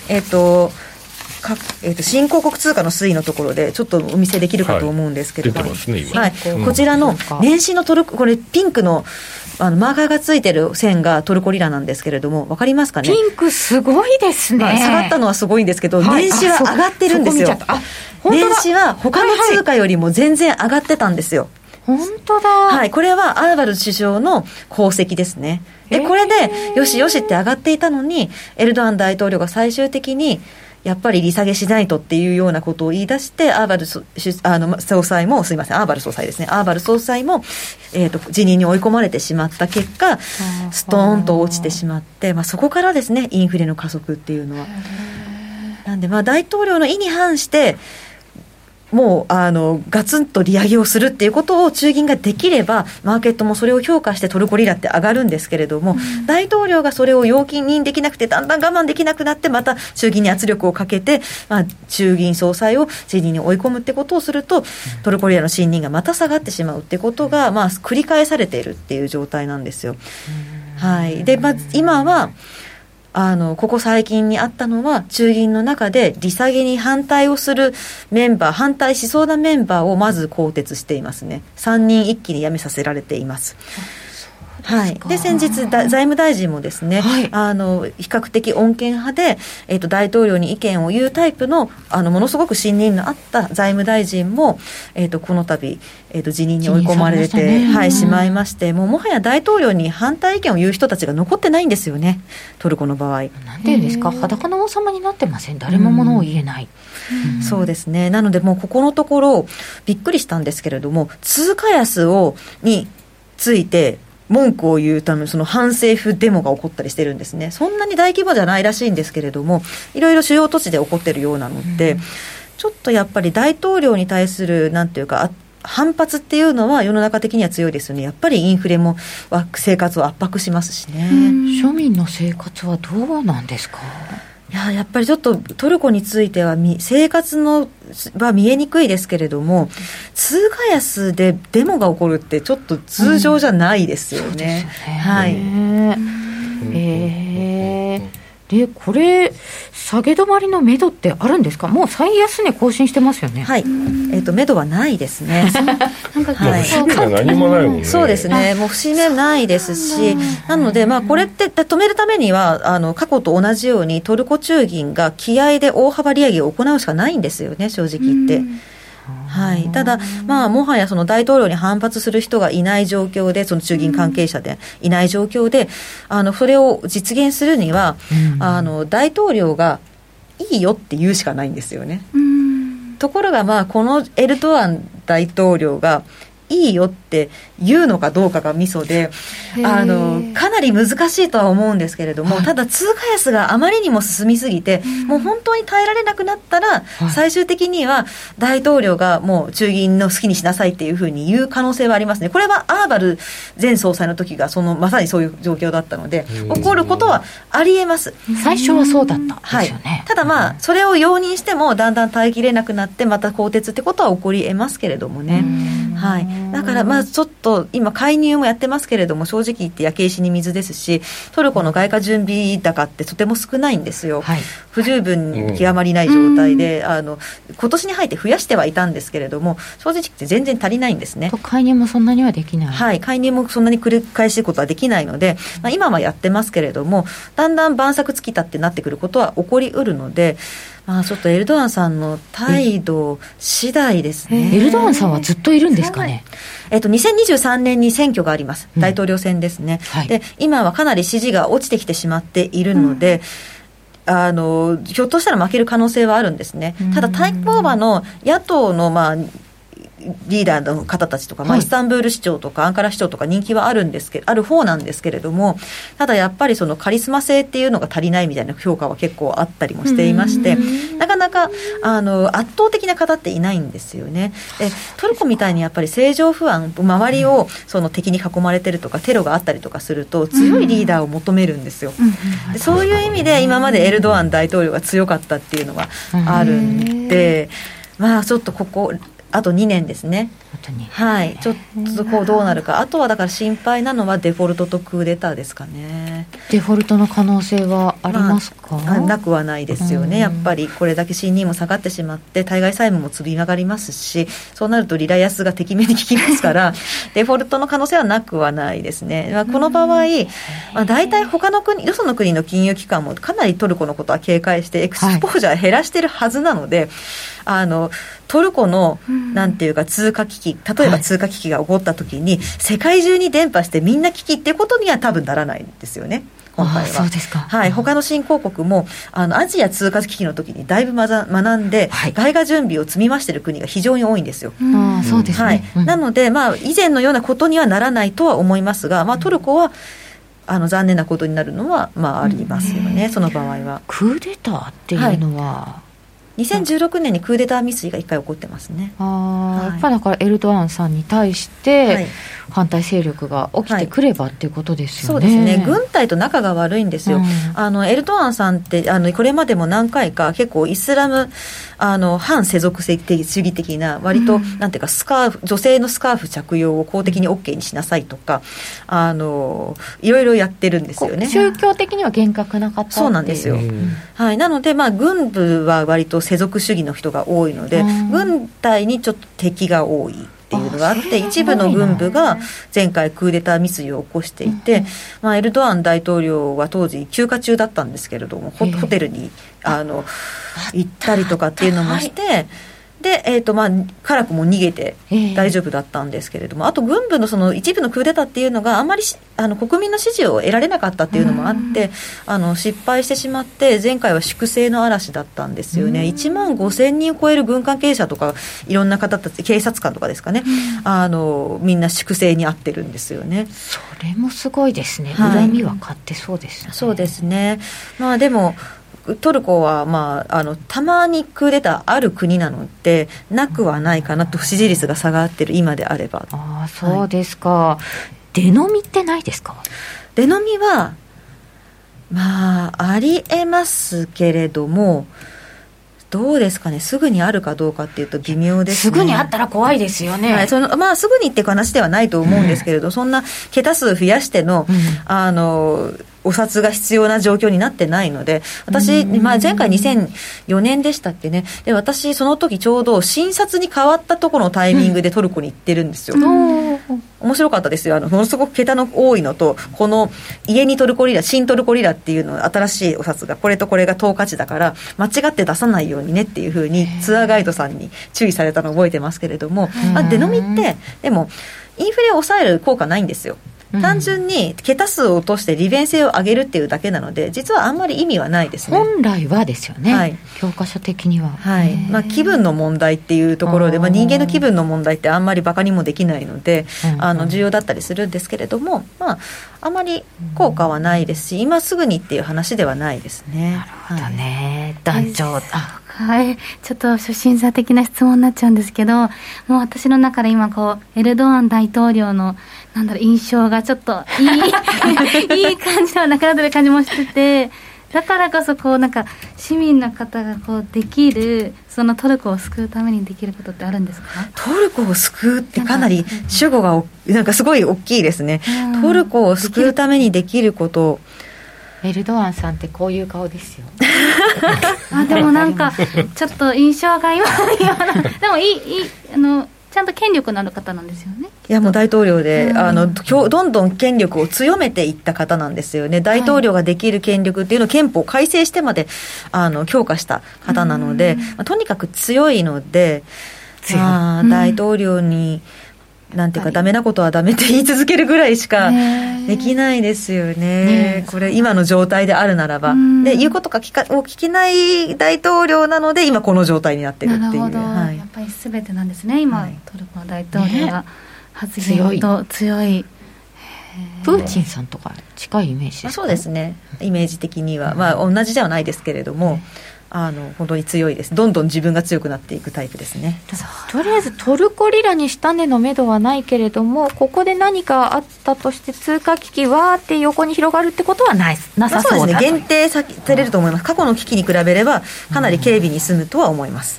新興国通貨の推移のところでちょっとお見せできるかと思うんですけれども、こちらの年始のこれピンクのマーカーがついてる線がトルコリラなんですけれども、分かりますかね。 ピンクすごいですね、 下がったのはすごいんですけど、年始は上がってるんですよ。年始は他の通貨よりも全然上がってたんですよ。 本当だ、 これはアーバル首相の功績ですね。でこれでよしよしって上がっていたのに、エルドアン大統領が最終的にやっぱり利下げしないとっていうようなことを言い出して、アーバル総裁も、すいません、アーバル総裁ですね、アーバル総裁も、辞任に追い込まれてしまった結果、ストーンと落ちてしまって、そこからですね、インフレの加速っていうのは。なんで大統領の意に反してもうガツンと利上げをするっていうことを中銀ができれば、マーケットもそれを評価してトルコリラって上がるんですけれども、大統領がそれを要求にできなくて、だんだん我慢できなくなって、また中銀に圧力をかけて、中銀総裁を辞任に追い込むってことをすると、トルコリラの信任がまた下がってしまうってことが、繰り返されているっていう状態なんですよ。で、今はここ最近にあったのは、中銀の中で利下げに反対をするメンバー、反対しそうなメンバーをまず更迭していますね。3人一気に辞めさせられています。で先日財務大臣もですね、比較的穏健派で、大統領に意見を言うタイプの、ものすごく信任のあった財務大臣も、この度、辞任に追い込まれて、しまいまして、もはや大統領に反対意見を言う人たちが残ってないんですよね、トルコの場合。 なんていうんですか、裸の王様になってません。誰も物を言えない。 そうですね。なのでもうここのところびっくりしたんですけれども、通貨安について文句を言うため、その反政府デモが起こったりしてるんですね。そんなに大規模じゃないらしいんですけれども、いろいろ主要都市で起こってるようなので、ちょっとやっぱり大統領に対するなんていうか反発っていうのは世の中的には強いですよね。やっぱりインフレも生活を圧迫しますしね。 庶民の生活はどうなんですか。 やっぱりちょっとトルコについては生活は見えにくいですけれども、通貨安でデモが起こるってちょっと通常じゃないですよね。でこれ下げ止まりの目処ってあるんですか。もう最安値更新してますよね。目処はないですね。 節目が何もないもんね。 そうですね、もう節目ないですし、なのでこれって止めるためには過去と同じようにトルコ中銀が気合で大幅利上げを行うしかないんですよね、正直言って。ただ、もはやその大統領に反発する人がいない状況で、その中銀関係者でいない状況で、それを実現するには、大統領がいいよって言うしかないんですよね。ところがこのエルドアン大統領がいいよって言うのかどうかがミソで、かなり難しいとは思うんですけれども、ただ通貨安があまりにも進みすぎて、もう本当に耐えられなくなったら、最終的には大統領がもう中銀の好きにしなさいっていうふうに言う可能性はありますね。これはアーバル前総裁の時がまさにそういう状況だったので、起こることはありえます。 最初はそうだったですよね。 ただそれを容認してもだんだん耐えきれなくなってまた更迭ってことは起こり得ますけれどもね。だからちょっと今介入もやってますけれども、正直言って焼け石に水ですし、トルコの外貨準備高ってとても少ないんですよ。不十分極まりない状態で、今年に入って増やしてはいたんですけれども、正直言って全然足りないんですね。 介入もそんなにはできない。 介入もそんなに繰り返しことはできないので、今はやってますけれども、だんだん晩作尽きたってなってくることは起こりうるので、ちょっとエルドアンさんの態度次第ですね。 エルドアンさんはずっといるんですかね。 2023年に選挙があります。大統領選ですね。で、今はかなり支持が落ちてきてしまっているので、ひょっとしたら負ける可能性はあるんですね。ただ対抗馬の野党のリーダーの方たちとか、イスタンブール市長とかアンカラ市長とか人気はある方なんですけれども、ただやっぱりそのカリスマ性っていうのが足りないみたいな評価は結構あったりもしていまして、なかなか圧倒的な方っていないんですよね。で、トルコみたいにやっぱり政情不安、周りをその敵に囲まれてるとかテロがあったりとかすると強いリーダーを求めるんですよ。で、そういう意味で今までエルドアン大統領が強かったっていうのがあるんで、ちょっとあと2年ですね。ちょっとどうなるか。あとはだから心配なのはデフォルトとクーデターですかね。 デフォルトの可能性はありますか？ なくはないですよね。やっぱりこれだけ信任も下がってしまって対外債務も積み上がりますし、そうなるとリラ安がてきめに効きますからデフォルトの可能性はなくはないですね。この場合、大体他の国、よその国の金融機関もかなりトルコのことは警戒してエクスポージャー減らしてるはずなので、トルコのなんていうか通貨危機、例えば通貨危機が起こった時に、世界中に伝播してみんな危機っていうことには多分ならないんですよね、今回は。 そうですか。 他の新興国もアジア通貨危機の時にだいぶ学んで、外貨準備を積み増している国が非常に多いんですよ。 そうですね。 なので、以前のようなことにはならないとは思いますが、トルコは残念なことになるのはありますよね、その場合は。 クーデターっていうのは、 2016年にクーデター未遂が1回起こってますね。 やっぱりだからエルドアンさんに対して反対勢力が起きてくればっていうことですよね。 そうですね。軍隊と仲が悪いんですよ。エルドアンさんってこれまでも何回か結構イスラム反世俗主義的な割と、なんていうか女性のスカーフ着用を公的に OK にしなさいとかいろいろやってるんですよね。 宗教的には厳格な方。 そうなんですよ。なので軍部は割と世俗主義の人が多いので、軍隊にちょっと敵が多いっていうのがあって、一部の軍部が前回クーデター未遂を起こしていて、エルドアン大統領は当時休暇中だったんですけれども、ホテルに行ったりとかっていうのもして、で、辛くも逃げて大丈夫だったんですけれども、あと軍部のその一部のクーデターっていうのがあまり国民の支持を得られなかったっていうのもあって失敗してしまって、前回は粛清の嵐だったんですよね。1万5000人を超える軍関係者とかいろんな方たち、警察官とかですかね、みんな粛清にあってるんですよね。 それもすごいですね。恨みは買ってそうですね。 そうですね。でもトルコは、たまにクーデターある国なのでなくはないかなと、支持率が下がってる今であれば。 そうですか。出飲みってないですか？ 出飲みはありえますけれども、どうですかね。すぐにあるかどうかっていうと微妙ですね。 すぐにあったら怖いですよね。 すぐにっていう話ではないと思うんですけれど、そんな桁数増やしての、お札が必要な状況になってないので、私、前回2004年でしたっけね。で、私その時ちょうど新札に変わったところのタイミングでトルコに行ってるんですよ。面白かったですよ。ものすごく桁の多いのと、この家にトルコリラ、新トルコリラっていうの新しいお札がこれとこれが等価値だから間違って出さないようにねっていう風にツアーガイドさんに注意されたのを覚えてますけれども、出飲みってでもインフレを抑える効果ないんですよ。 単純に桁数を落として利便性を上げるっていうだけなので、実はあんまり意味はないですね。 本来はですよね、 はい、 教科書的には、 はい、気分の問題っていうところで、人間の気分の問題ってあんまりバカにもできないので、重要だったりするんですけれども、あまり効果はないですし、今すぐにっていう話ではないですね。 なるほどね、団長。 はい、ちょっと初心者的な質問になっちゃうんですけど、もう私の中で今エルドアン大統領の印象がちょっといい感じではなくなってる感じもしてて、だからこそ市民の方ができる、そのトルコを救うためにできることってあるんですか？ トルコを救うってかなり主語がすごい大きいですね。トルコを救うためにできること、 エルドアンさんってこういう顔ですよでもちょっと印象が今でもちゃんと権力のある方なんですよね。 いや、もう大統領で、どんどん権力を強めていった方なんですよね。大統領ができる権力っていうのを憲法を改正してまで強化した方なので、とにかく強いので、大統領になんていうか、ダメなことはダメって言い続けるぐらいしかできないですよね。これ今の状態であるならば、で言うことを聞けない大統領なので、今この状態になってるっていう。 なるほど、やっぱり全てなんですね今、トルコの大統領が発言と強い。 プーチンさんとか近いイメージですか？ そうですね、イメージ的には、同じではないですけれども、本当に強いです。どんどん自分が強くなっていくタイプですね。 とりあえずトルコリラに下値の目処はないけれども、ここで何かあったとして通貨危機わーって横に広がるってことはなさそうだと。 そうですね、限定されると思います。過去の危機に比べればかなり軽微に済むとは思います。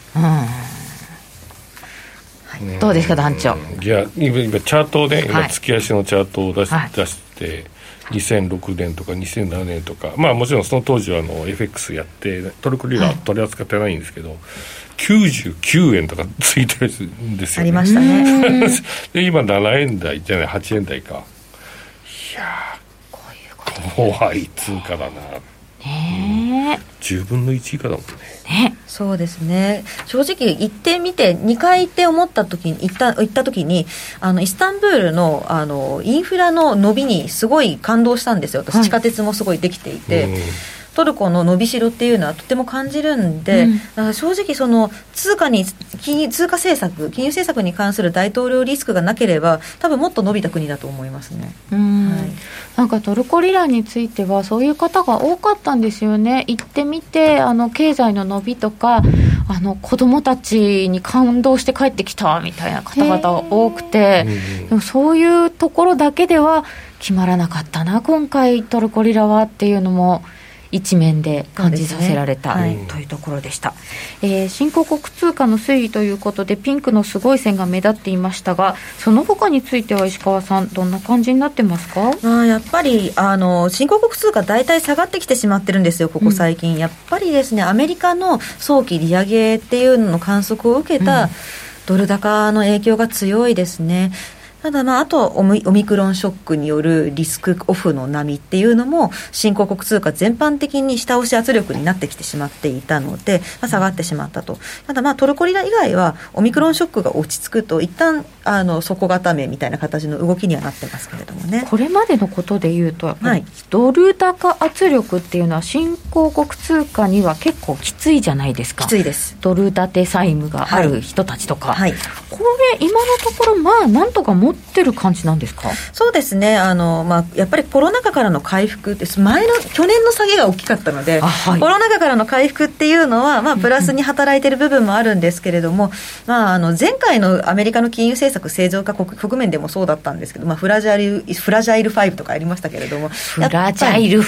どうですか団長？ いや、今チャートで、今月足のチャートを出して2006年とか2007年とか、もちろんその当時はFX やってトルコリラ取り扱ってないんですけど、99円とかついてるんですよね。 ありましたねで今7円台じゃない8円台か。いや怖い通貨だな、10分の1以下だもんね。 そうですね、正直行ってみて2回行って思った時に行った時にイスタンブールのインフラの伸びにすごい感動したんですよ。私、地下鉄もすごいできていて、トルコの伸びしろっていうのはとても感じるんで、だから正直その金融政策に関する大統領リスクがなければ多分もっと伸びた国だと思いますね。 なんかトルコリラについてはそういう方が多かったんですよね。行ってみて経済の伸びとか子どもたちに感動して帰ってきたみたいな方々が多くて、でもそういうところだけでは決まらなかったな今回トルコリラはっていうのも一面で感じさせられた、というところでした。新興国通貨の推移ということでピンクのすごい線が目立っていましたが、その他については石川さんどんな感じになってますか？ やっぱり新興国通貨大体下がってきてしまってるんですよ、ここ最近。やっぱりですね、アメリカの早期利上げっていうのの観測を受けたドル高の影響が強いですね。ただあとオミクロンショックによるリスクオフの波っていうのも新興国通貨全般的に下押し圧力になってきてしまっていたので、下がってしまったと。ただトルコリラ以外はオミクロンショックが落ち着くと一旦底固めみたいな形の動きにはなってますけれどもね。 これまでのことでいうとやっぱりドル高圧力っていうのは新興国通貨には結構きついじゃないですか。 きついです。 ドル建て債務がある人たちとか、これ今のところなんとか持ってる感じなんですか？ そうですね、やっぱりコロナ禍からの回復って去年の下げが大きかったので、コロナ禍からの回復っていうのはプラスに働いている部分もあるんですけれども、前回のアメリカの金融政策正常化局面でもそうだったんですけど、フラジャイル5とかありましたけれども、 フラジャイル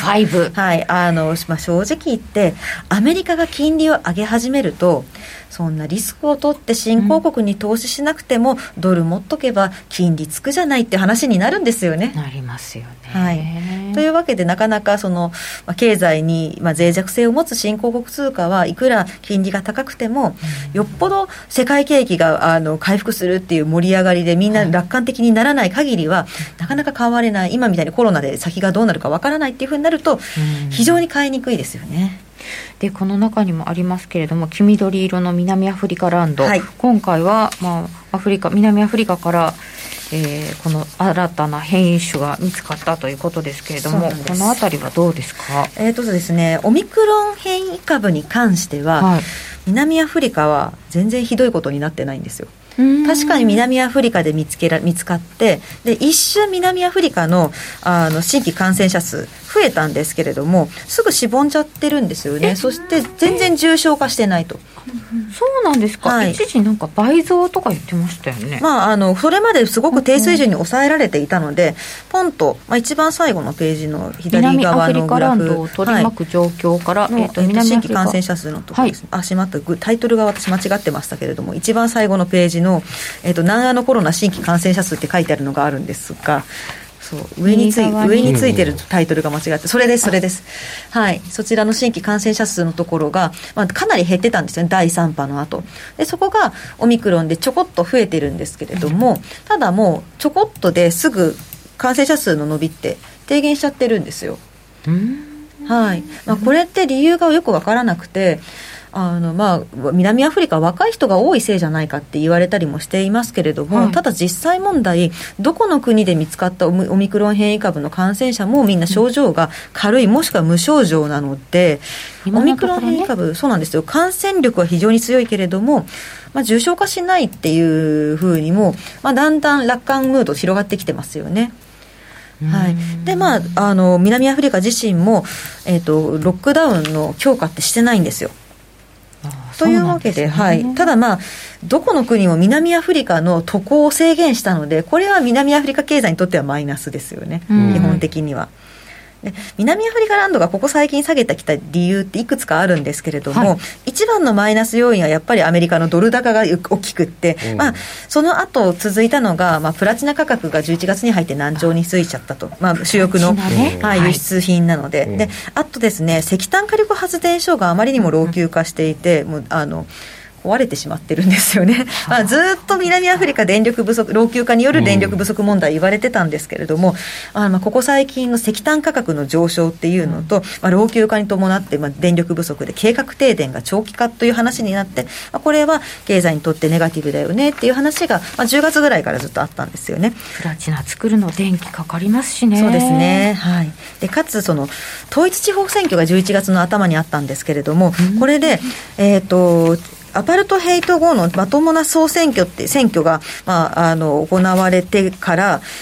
5、 正直言ってアメリカが金利を上げ始めるとそんなリスクを取って新興国に投資しなくても、ドル持っとけば金利つくじゃないって話になるんですよね。 なりますよね。 というわけでなかなか経済に脆弱性を持つ新興国通貨はいくら金利が高くても、よっぽど世界景気が回復するっていう盛り上がりでみんな楽観的にならない限りは、なかなか買われない。今みたいにコロナで先がどうなるかわからないっていうふうになると非常に買いにくいですよね。 でこの中にもありますけれども、黄緑色の南アフリカランド、今回は、 南アフリカから、この新たな変異種が見つかったということですけれども、このあたりはどうですか？ ですね、オミクロン変異株に関しては、はい、南アフリカは全然ひどいことになってないんですよ。確かに南アフリカで見つかって、で一瞬南アフリカの、新規感染者数増えたんですけれども、すぐしぼんじゃってるんですよね。そして全然重症化してないと。 そうなんですか、はい、一時なんか倍増とか言ってましたよね。 それまですごく低水準に抑えられていたので、ポンと、一番最後のページの左側のグラフ、 南アフリカランドを取り巻く状況から、 新規感染者数のところですね、しまった、タイトルが私間違ってましたけれども、一番最後のページの、南アのコロナ新規感染者数って書いてあるのがあるんですが、そう上についてるタイトルが間違ってそれです、はい、そちらの新規感染者数のところが、かなり減ってたんですよね、第3波の後で。そこがオミクロンでちょこっと増えてるんですけれども、ただもうちょこっとですぐ感染者数の伸びって低減しちゃってるんですよ。はい、これって理由がよく分からなくて、南アフリカは若い人が多いせいじゃないかって言われたりもしていますけれども、はい、ただ実際問題、どこの国で見つかったオミクロン変異株の感染者もみんな症状が軽い、もしくは無症状なので、オミクロン変異株、そうなんですよ、感染力は非常に強いけれども、重症化しないっていうふうにも、だんだん楽観ムード広がってきてますよね。はい、で南アフリカ自身も、ロックダウンの強化ってしてないんですよ。というわけで、はい、ただどこの国も南アフリカの渡航を制限したので、これは南アフリカ経済にとってはマイナスですよね、基本的には。で南アフリカランドがここ最近下げてきた理由っていくつかあるんですけれども、はい、一番のマイナス要因はやっぱりアメリカのドル高が大きくって、その後続いたのが、プラチナ価格が11月に入って軟調についちゃったと、主力の、輸出品なので、であとですね、石炭火力発電所があまりにも老朽化していて、もう壊れてしまってるんですよね。ずっと南アフリカ電力不足、老朽化による電力不足問題言われてたんですけれども、ここ最近の石炭価格の上昇っていうのと、老朽化に伴って、電力不足で計画停電が長期化という話になって、これは経済にとってネガティブだよねっていう話が、10月ぐらいからずっとあったんですよね。 プラチナ作るの電気かかりますしね。 そうですね、はい、でかつ統一地方選挙が11月の頭にあったんですけれども、これでアパルトヘイト後のまともな総選挙って選挙が、行われてから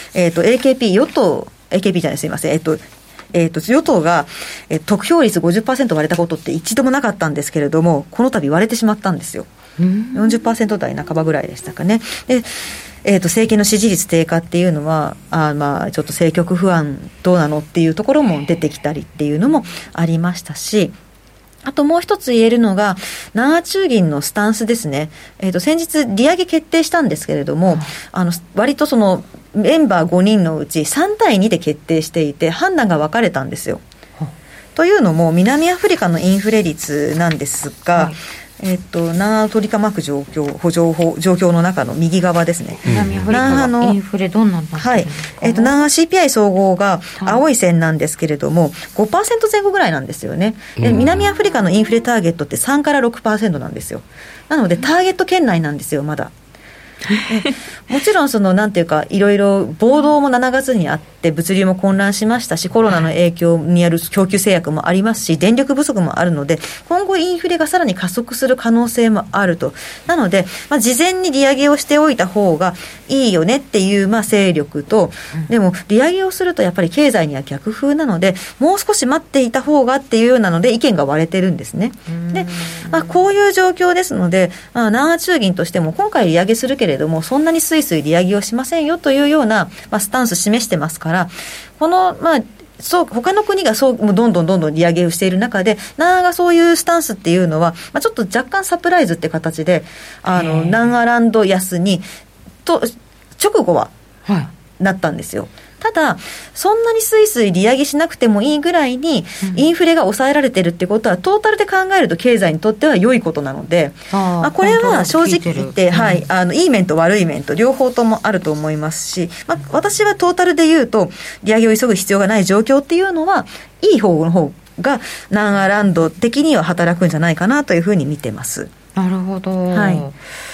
、AKP じゃない、すいません、与党が、得票率 50% 割れたことって一度もなかったんですけれども、この度割れてしまったんですよ。40% 台半ばぐらいでしたかね。で政権の支持率低下っていうのはちょっと政局不安どうなのっていうところも出てきたりっていうのもありましたし、あともう一つ言えるのが南ア中銀のスタンスですね。先日利上げ決定したんですけれども、割とそのメンバー5人のうち3対2で決定していて判断が分かれたんですよ。というのも南アフリカのインフレ率なんですが、南アフリカマーク状況の中の右側ですね。 南アフリカのインフレどんなんだったんですか？ 南ア CPI 総合が青い線なんですけれども、5% 前後ぐらいなんですよね。で南アフリカのインフレターゲットって3から 6% なんですよ。なのでターゲット圏内なんですよ、まだ。もちろんなんていうかいろいろ暴動も7月にあって物流も混乱しましたし、コロナの影響による供給制約もありますし、電力不足もあるので今後インフレがさらに加速する可能性もあると。なので、事前に利上げをしておいた方がいいよねっていう勢力と、でも利上げをするとやっぱり経済には逆風なのでもう少し待っていた方がっていうようなので意見が割れてるんですね。で、こういう状況ですので、南ア中銀としても今回利上げするけれどもそんなにスイスイ利上げをしませんよというような、スタンス示してますから、この他の国がどんどん利上げをしている中で南アがそういうスタンスっていうのは、ちょっと若干サプライズって形で南アランド安に直後はなったんですよ。ただそんなにスイスイ利上げしなくてもいいぐらいにインフレが抑えられてるってことは、トータルで考えると経済にとっては良いことなので、これは正直言って、いい面と悪い面と両方ともあると思いますし、私はトータルで言うと利上げを急ぐ必要がない状況っていうのはいい方の方が南アランド的には働くんじゃないかなというふうに見てます。 なるほど、 はい。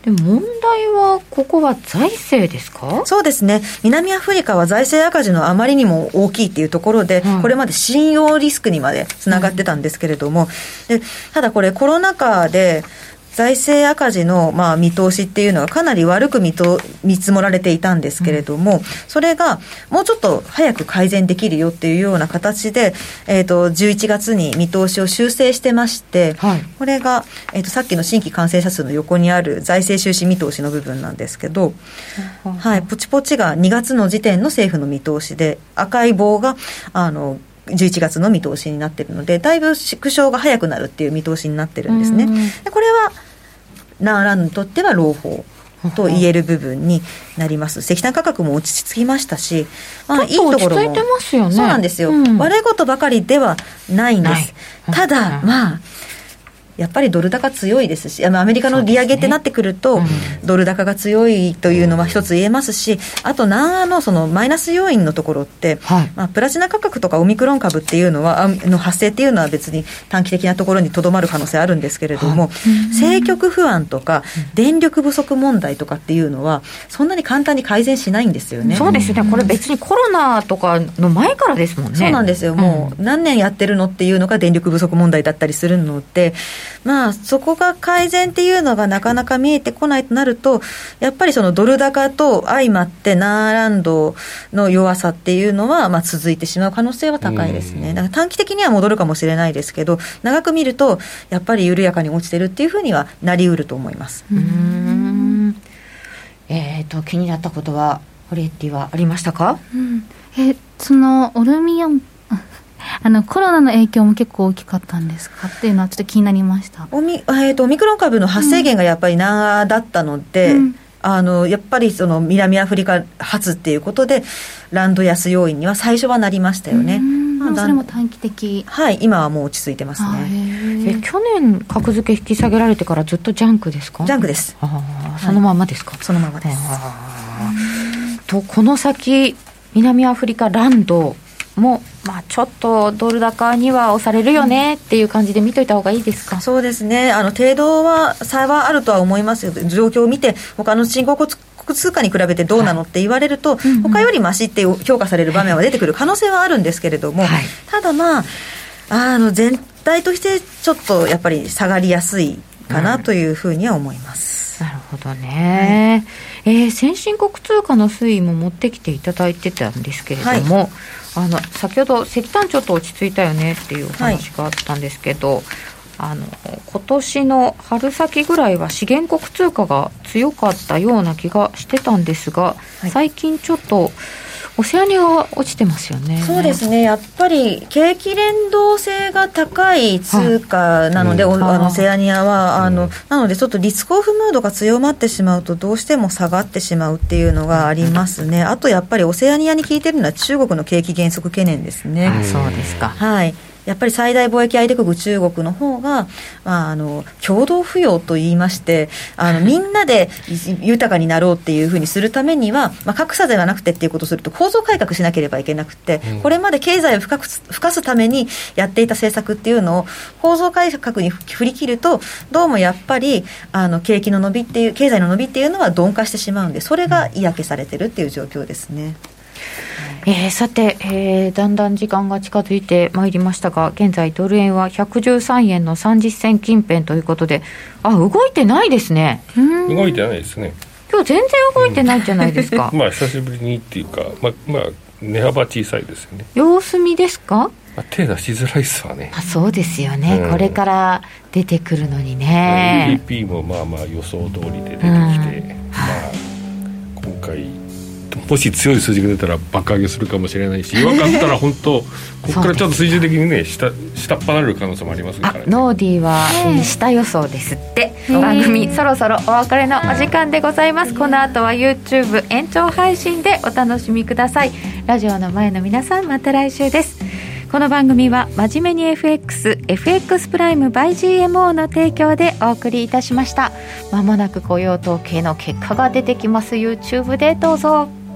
で問題はここは財政ですか？ そうですね、南アフリカは財政赤字のあまりにも大きいっていうところで、これまで信用リスクにまでつながってたんですけれども、でただこれコロナ禍で財政赤字の見通しっていうのはかなり悪く見積もられていたんですけれども、それがもうちょっと早く改善できるよっていうような形で、11月に見通しを修正してまして、これが、さっきの新規感染者数の横にある財政収支見通しの部分なんですけど、ポチポチが2月の時点の政府の見通しで、赤い棒が11月の見通しになっているので、だいぶ縮小が早くなるっていう見通しになってるんですね。でこれはナーランにとっては朗報と言える部分になります。石炭価格も落ち着きましたし、 いいところも落ち着いてますよね。 そうなんですよ、悪いことばかりではないんです。ただやっぱりドル高強いですし、アメリカの利上げってなってくると、ドル高が強いというのは一つ言えますし、あと南アのそのマイナス要因のところって、プラチナ価格とかオミクロン株っていうのはの発生っていうのは別に短期的なところにとどまる可能性あるんですけれども、政局不安とか電力不足問題とかっていうのはそんなに簡単に改善しないんですよね。 そうですね、これ別にコロナとかの前からですもんね。 そうなんですよ、もう何年やってるのっていうのが電力不足問題だったりするので、そこが改善っていうのがなかなか見えてこないとなると、やっぱりそのドル高と相まってナーランドの弱さっていうのは続いてしまう可能性は高いですね。だから短期的には戻るかもしれないですけど、長く見るとやっぱり緩やかに落ちてるっていうふうにはなりうると思います。 気になったことはホリエッティはありましたか？ そのオルミオンコロナの影響も結構大きかったんですかっていうのはちょっと気になりました。 オミクロン株の発生源がやっぱり南アだったので、やっぱりその南アフリカ発っていうことでランド安要因には最初はなりましたよね。 それも短期的。 今はもう落ち着いてますね。 去年格付け引き下げられてからずっとジャンクですか？ ジャンクです。 そのままですか？ そのままです。 とこの先南アフリカランドもちょっとドル高には押されるよねっていう感じで見といた方がいいですか？ そうですね、程度は差はあるとは思いますよ。状況を見て他の新興国通貨に比べてどうなのって言われると、他よりマシって評価される場面は出てくる可能性はあるんですけれども、ただ全体としてちょっとやっぱり下がりやすいかなというふうには思います。 なるほどね。先進国通貨の推移も持ってきていただいてたんですけれども、先ほど石炭ちょっと落ち着いたよねっていうお話があったんですけど、今年の春先ぐらいは資源国通貨が強かったような気がしてたんですが、最近ちょっとオセアニアが落ちてますよね。 そうですね、やっぱり景気連動性が高い通貨なので、オセアニアはなのでちょっとリスクオフムードが強まってしまうとどうしても下がってしまうっていうのがありますね。あとやっぱりオセアニアに効いてるのは中国の景気減速懸念ですね。 そうですか。 やっぱり最大貿易相手国中国の方が、共同富裕といいまして、みんなで豊かになろうっていうふうにするためには、格差ではなくてっていうことをすると構造改革しなければいけなくて、これまで経済を吹かすためにやっていた政策っていうのを構造改革に振り切ると、どうもやっぱり景気の伸びっていう経済の伸びっていうのは鈍化してしまうんで、それが嫌気されてるっていう状況ですね。 さて、だんだん時間が近づいてまいりましたが、現在ドル円は113円の30銭近辺ということで、動いてないですね。 動いてないですね。 今日全然動いてないじゃないですか。 久しぶりにっていうか、値幅小さいですよね。 様子見ですか？ 手出しづらいっすわね。 そうですよね、これから出てくるのにね。 GDP も予想通りで出てきて、今回もし強い数字が出たら爆上げするかもしれないし、弱かったら本当ここからちょっと水準的にね下っ端なる可能性もありますからね。 ノーディーは下予想ですって。番組そろそろお別れのお時間でございます。この後は YouTube 延長配信でお楽しみください。ラジオの前の皆さん、また来週です。この番組は真面目に FX プライム by GMO の提供でお送りいたしました。まもなく雇用統計の結果が出てきます。 YouTube でどうぞ。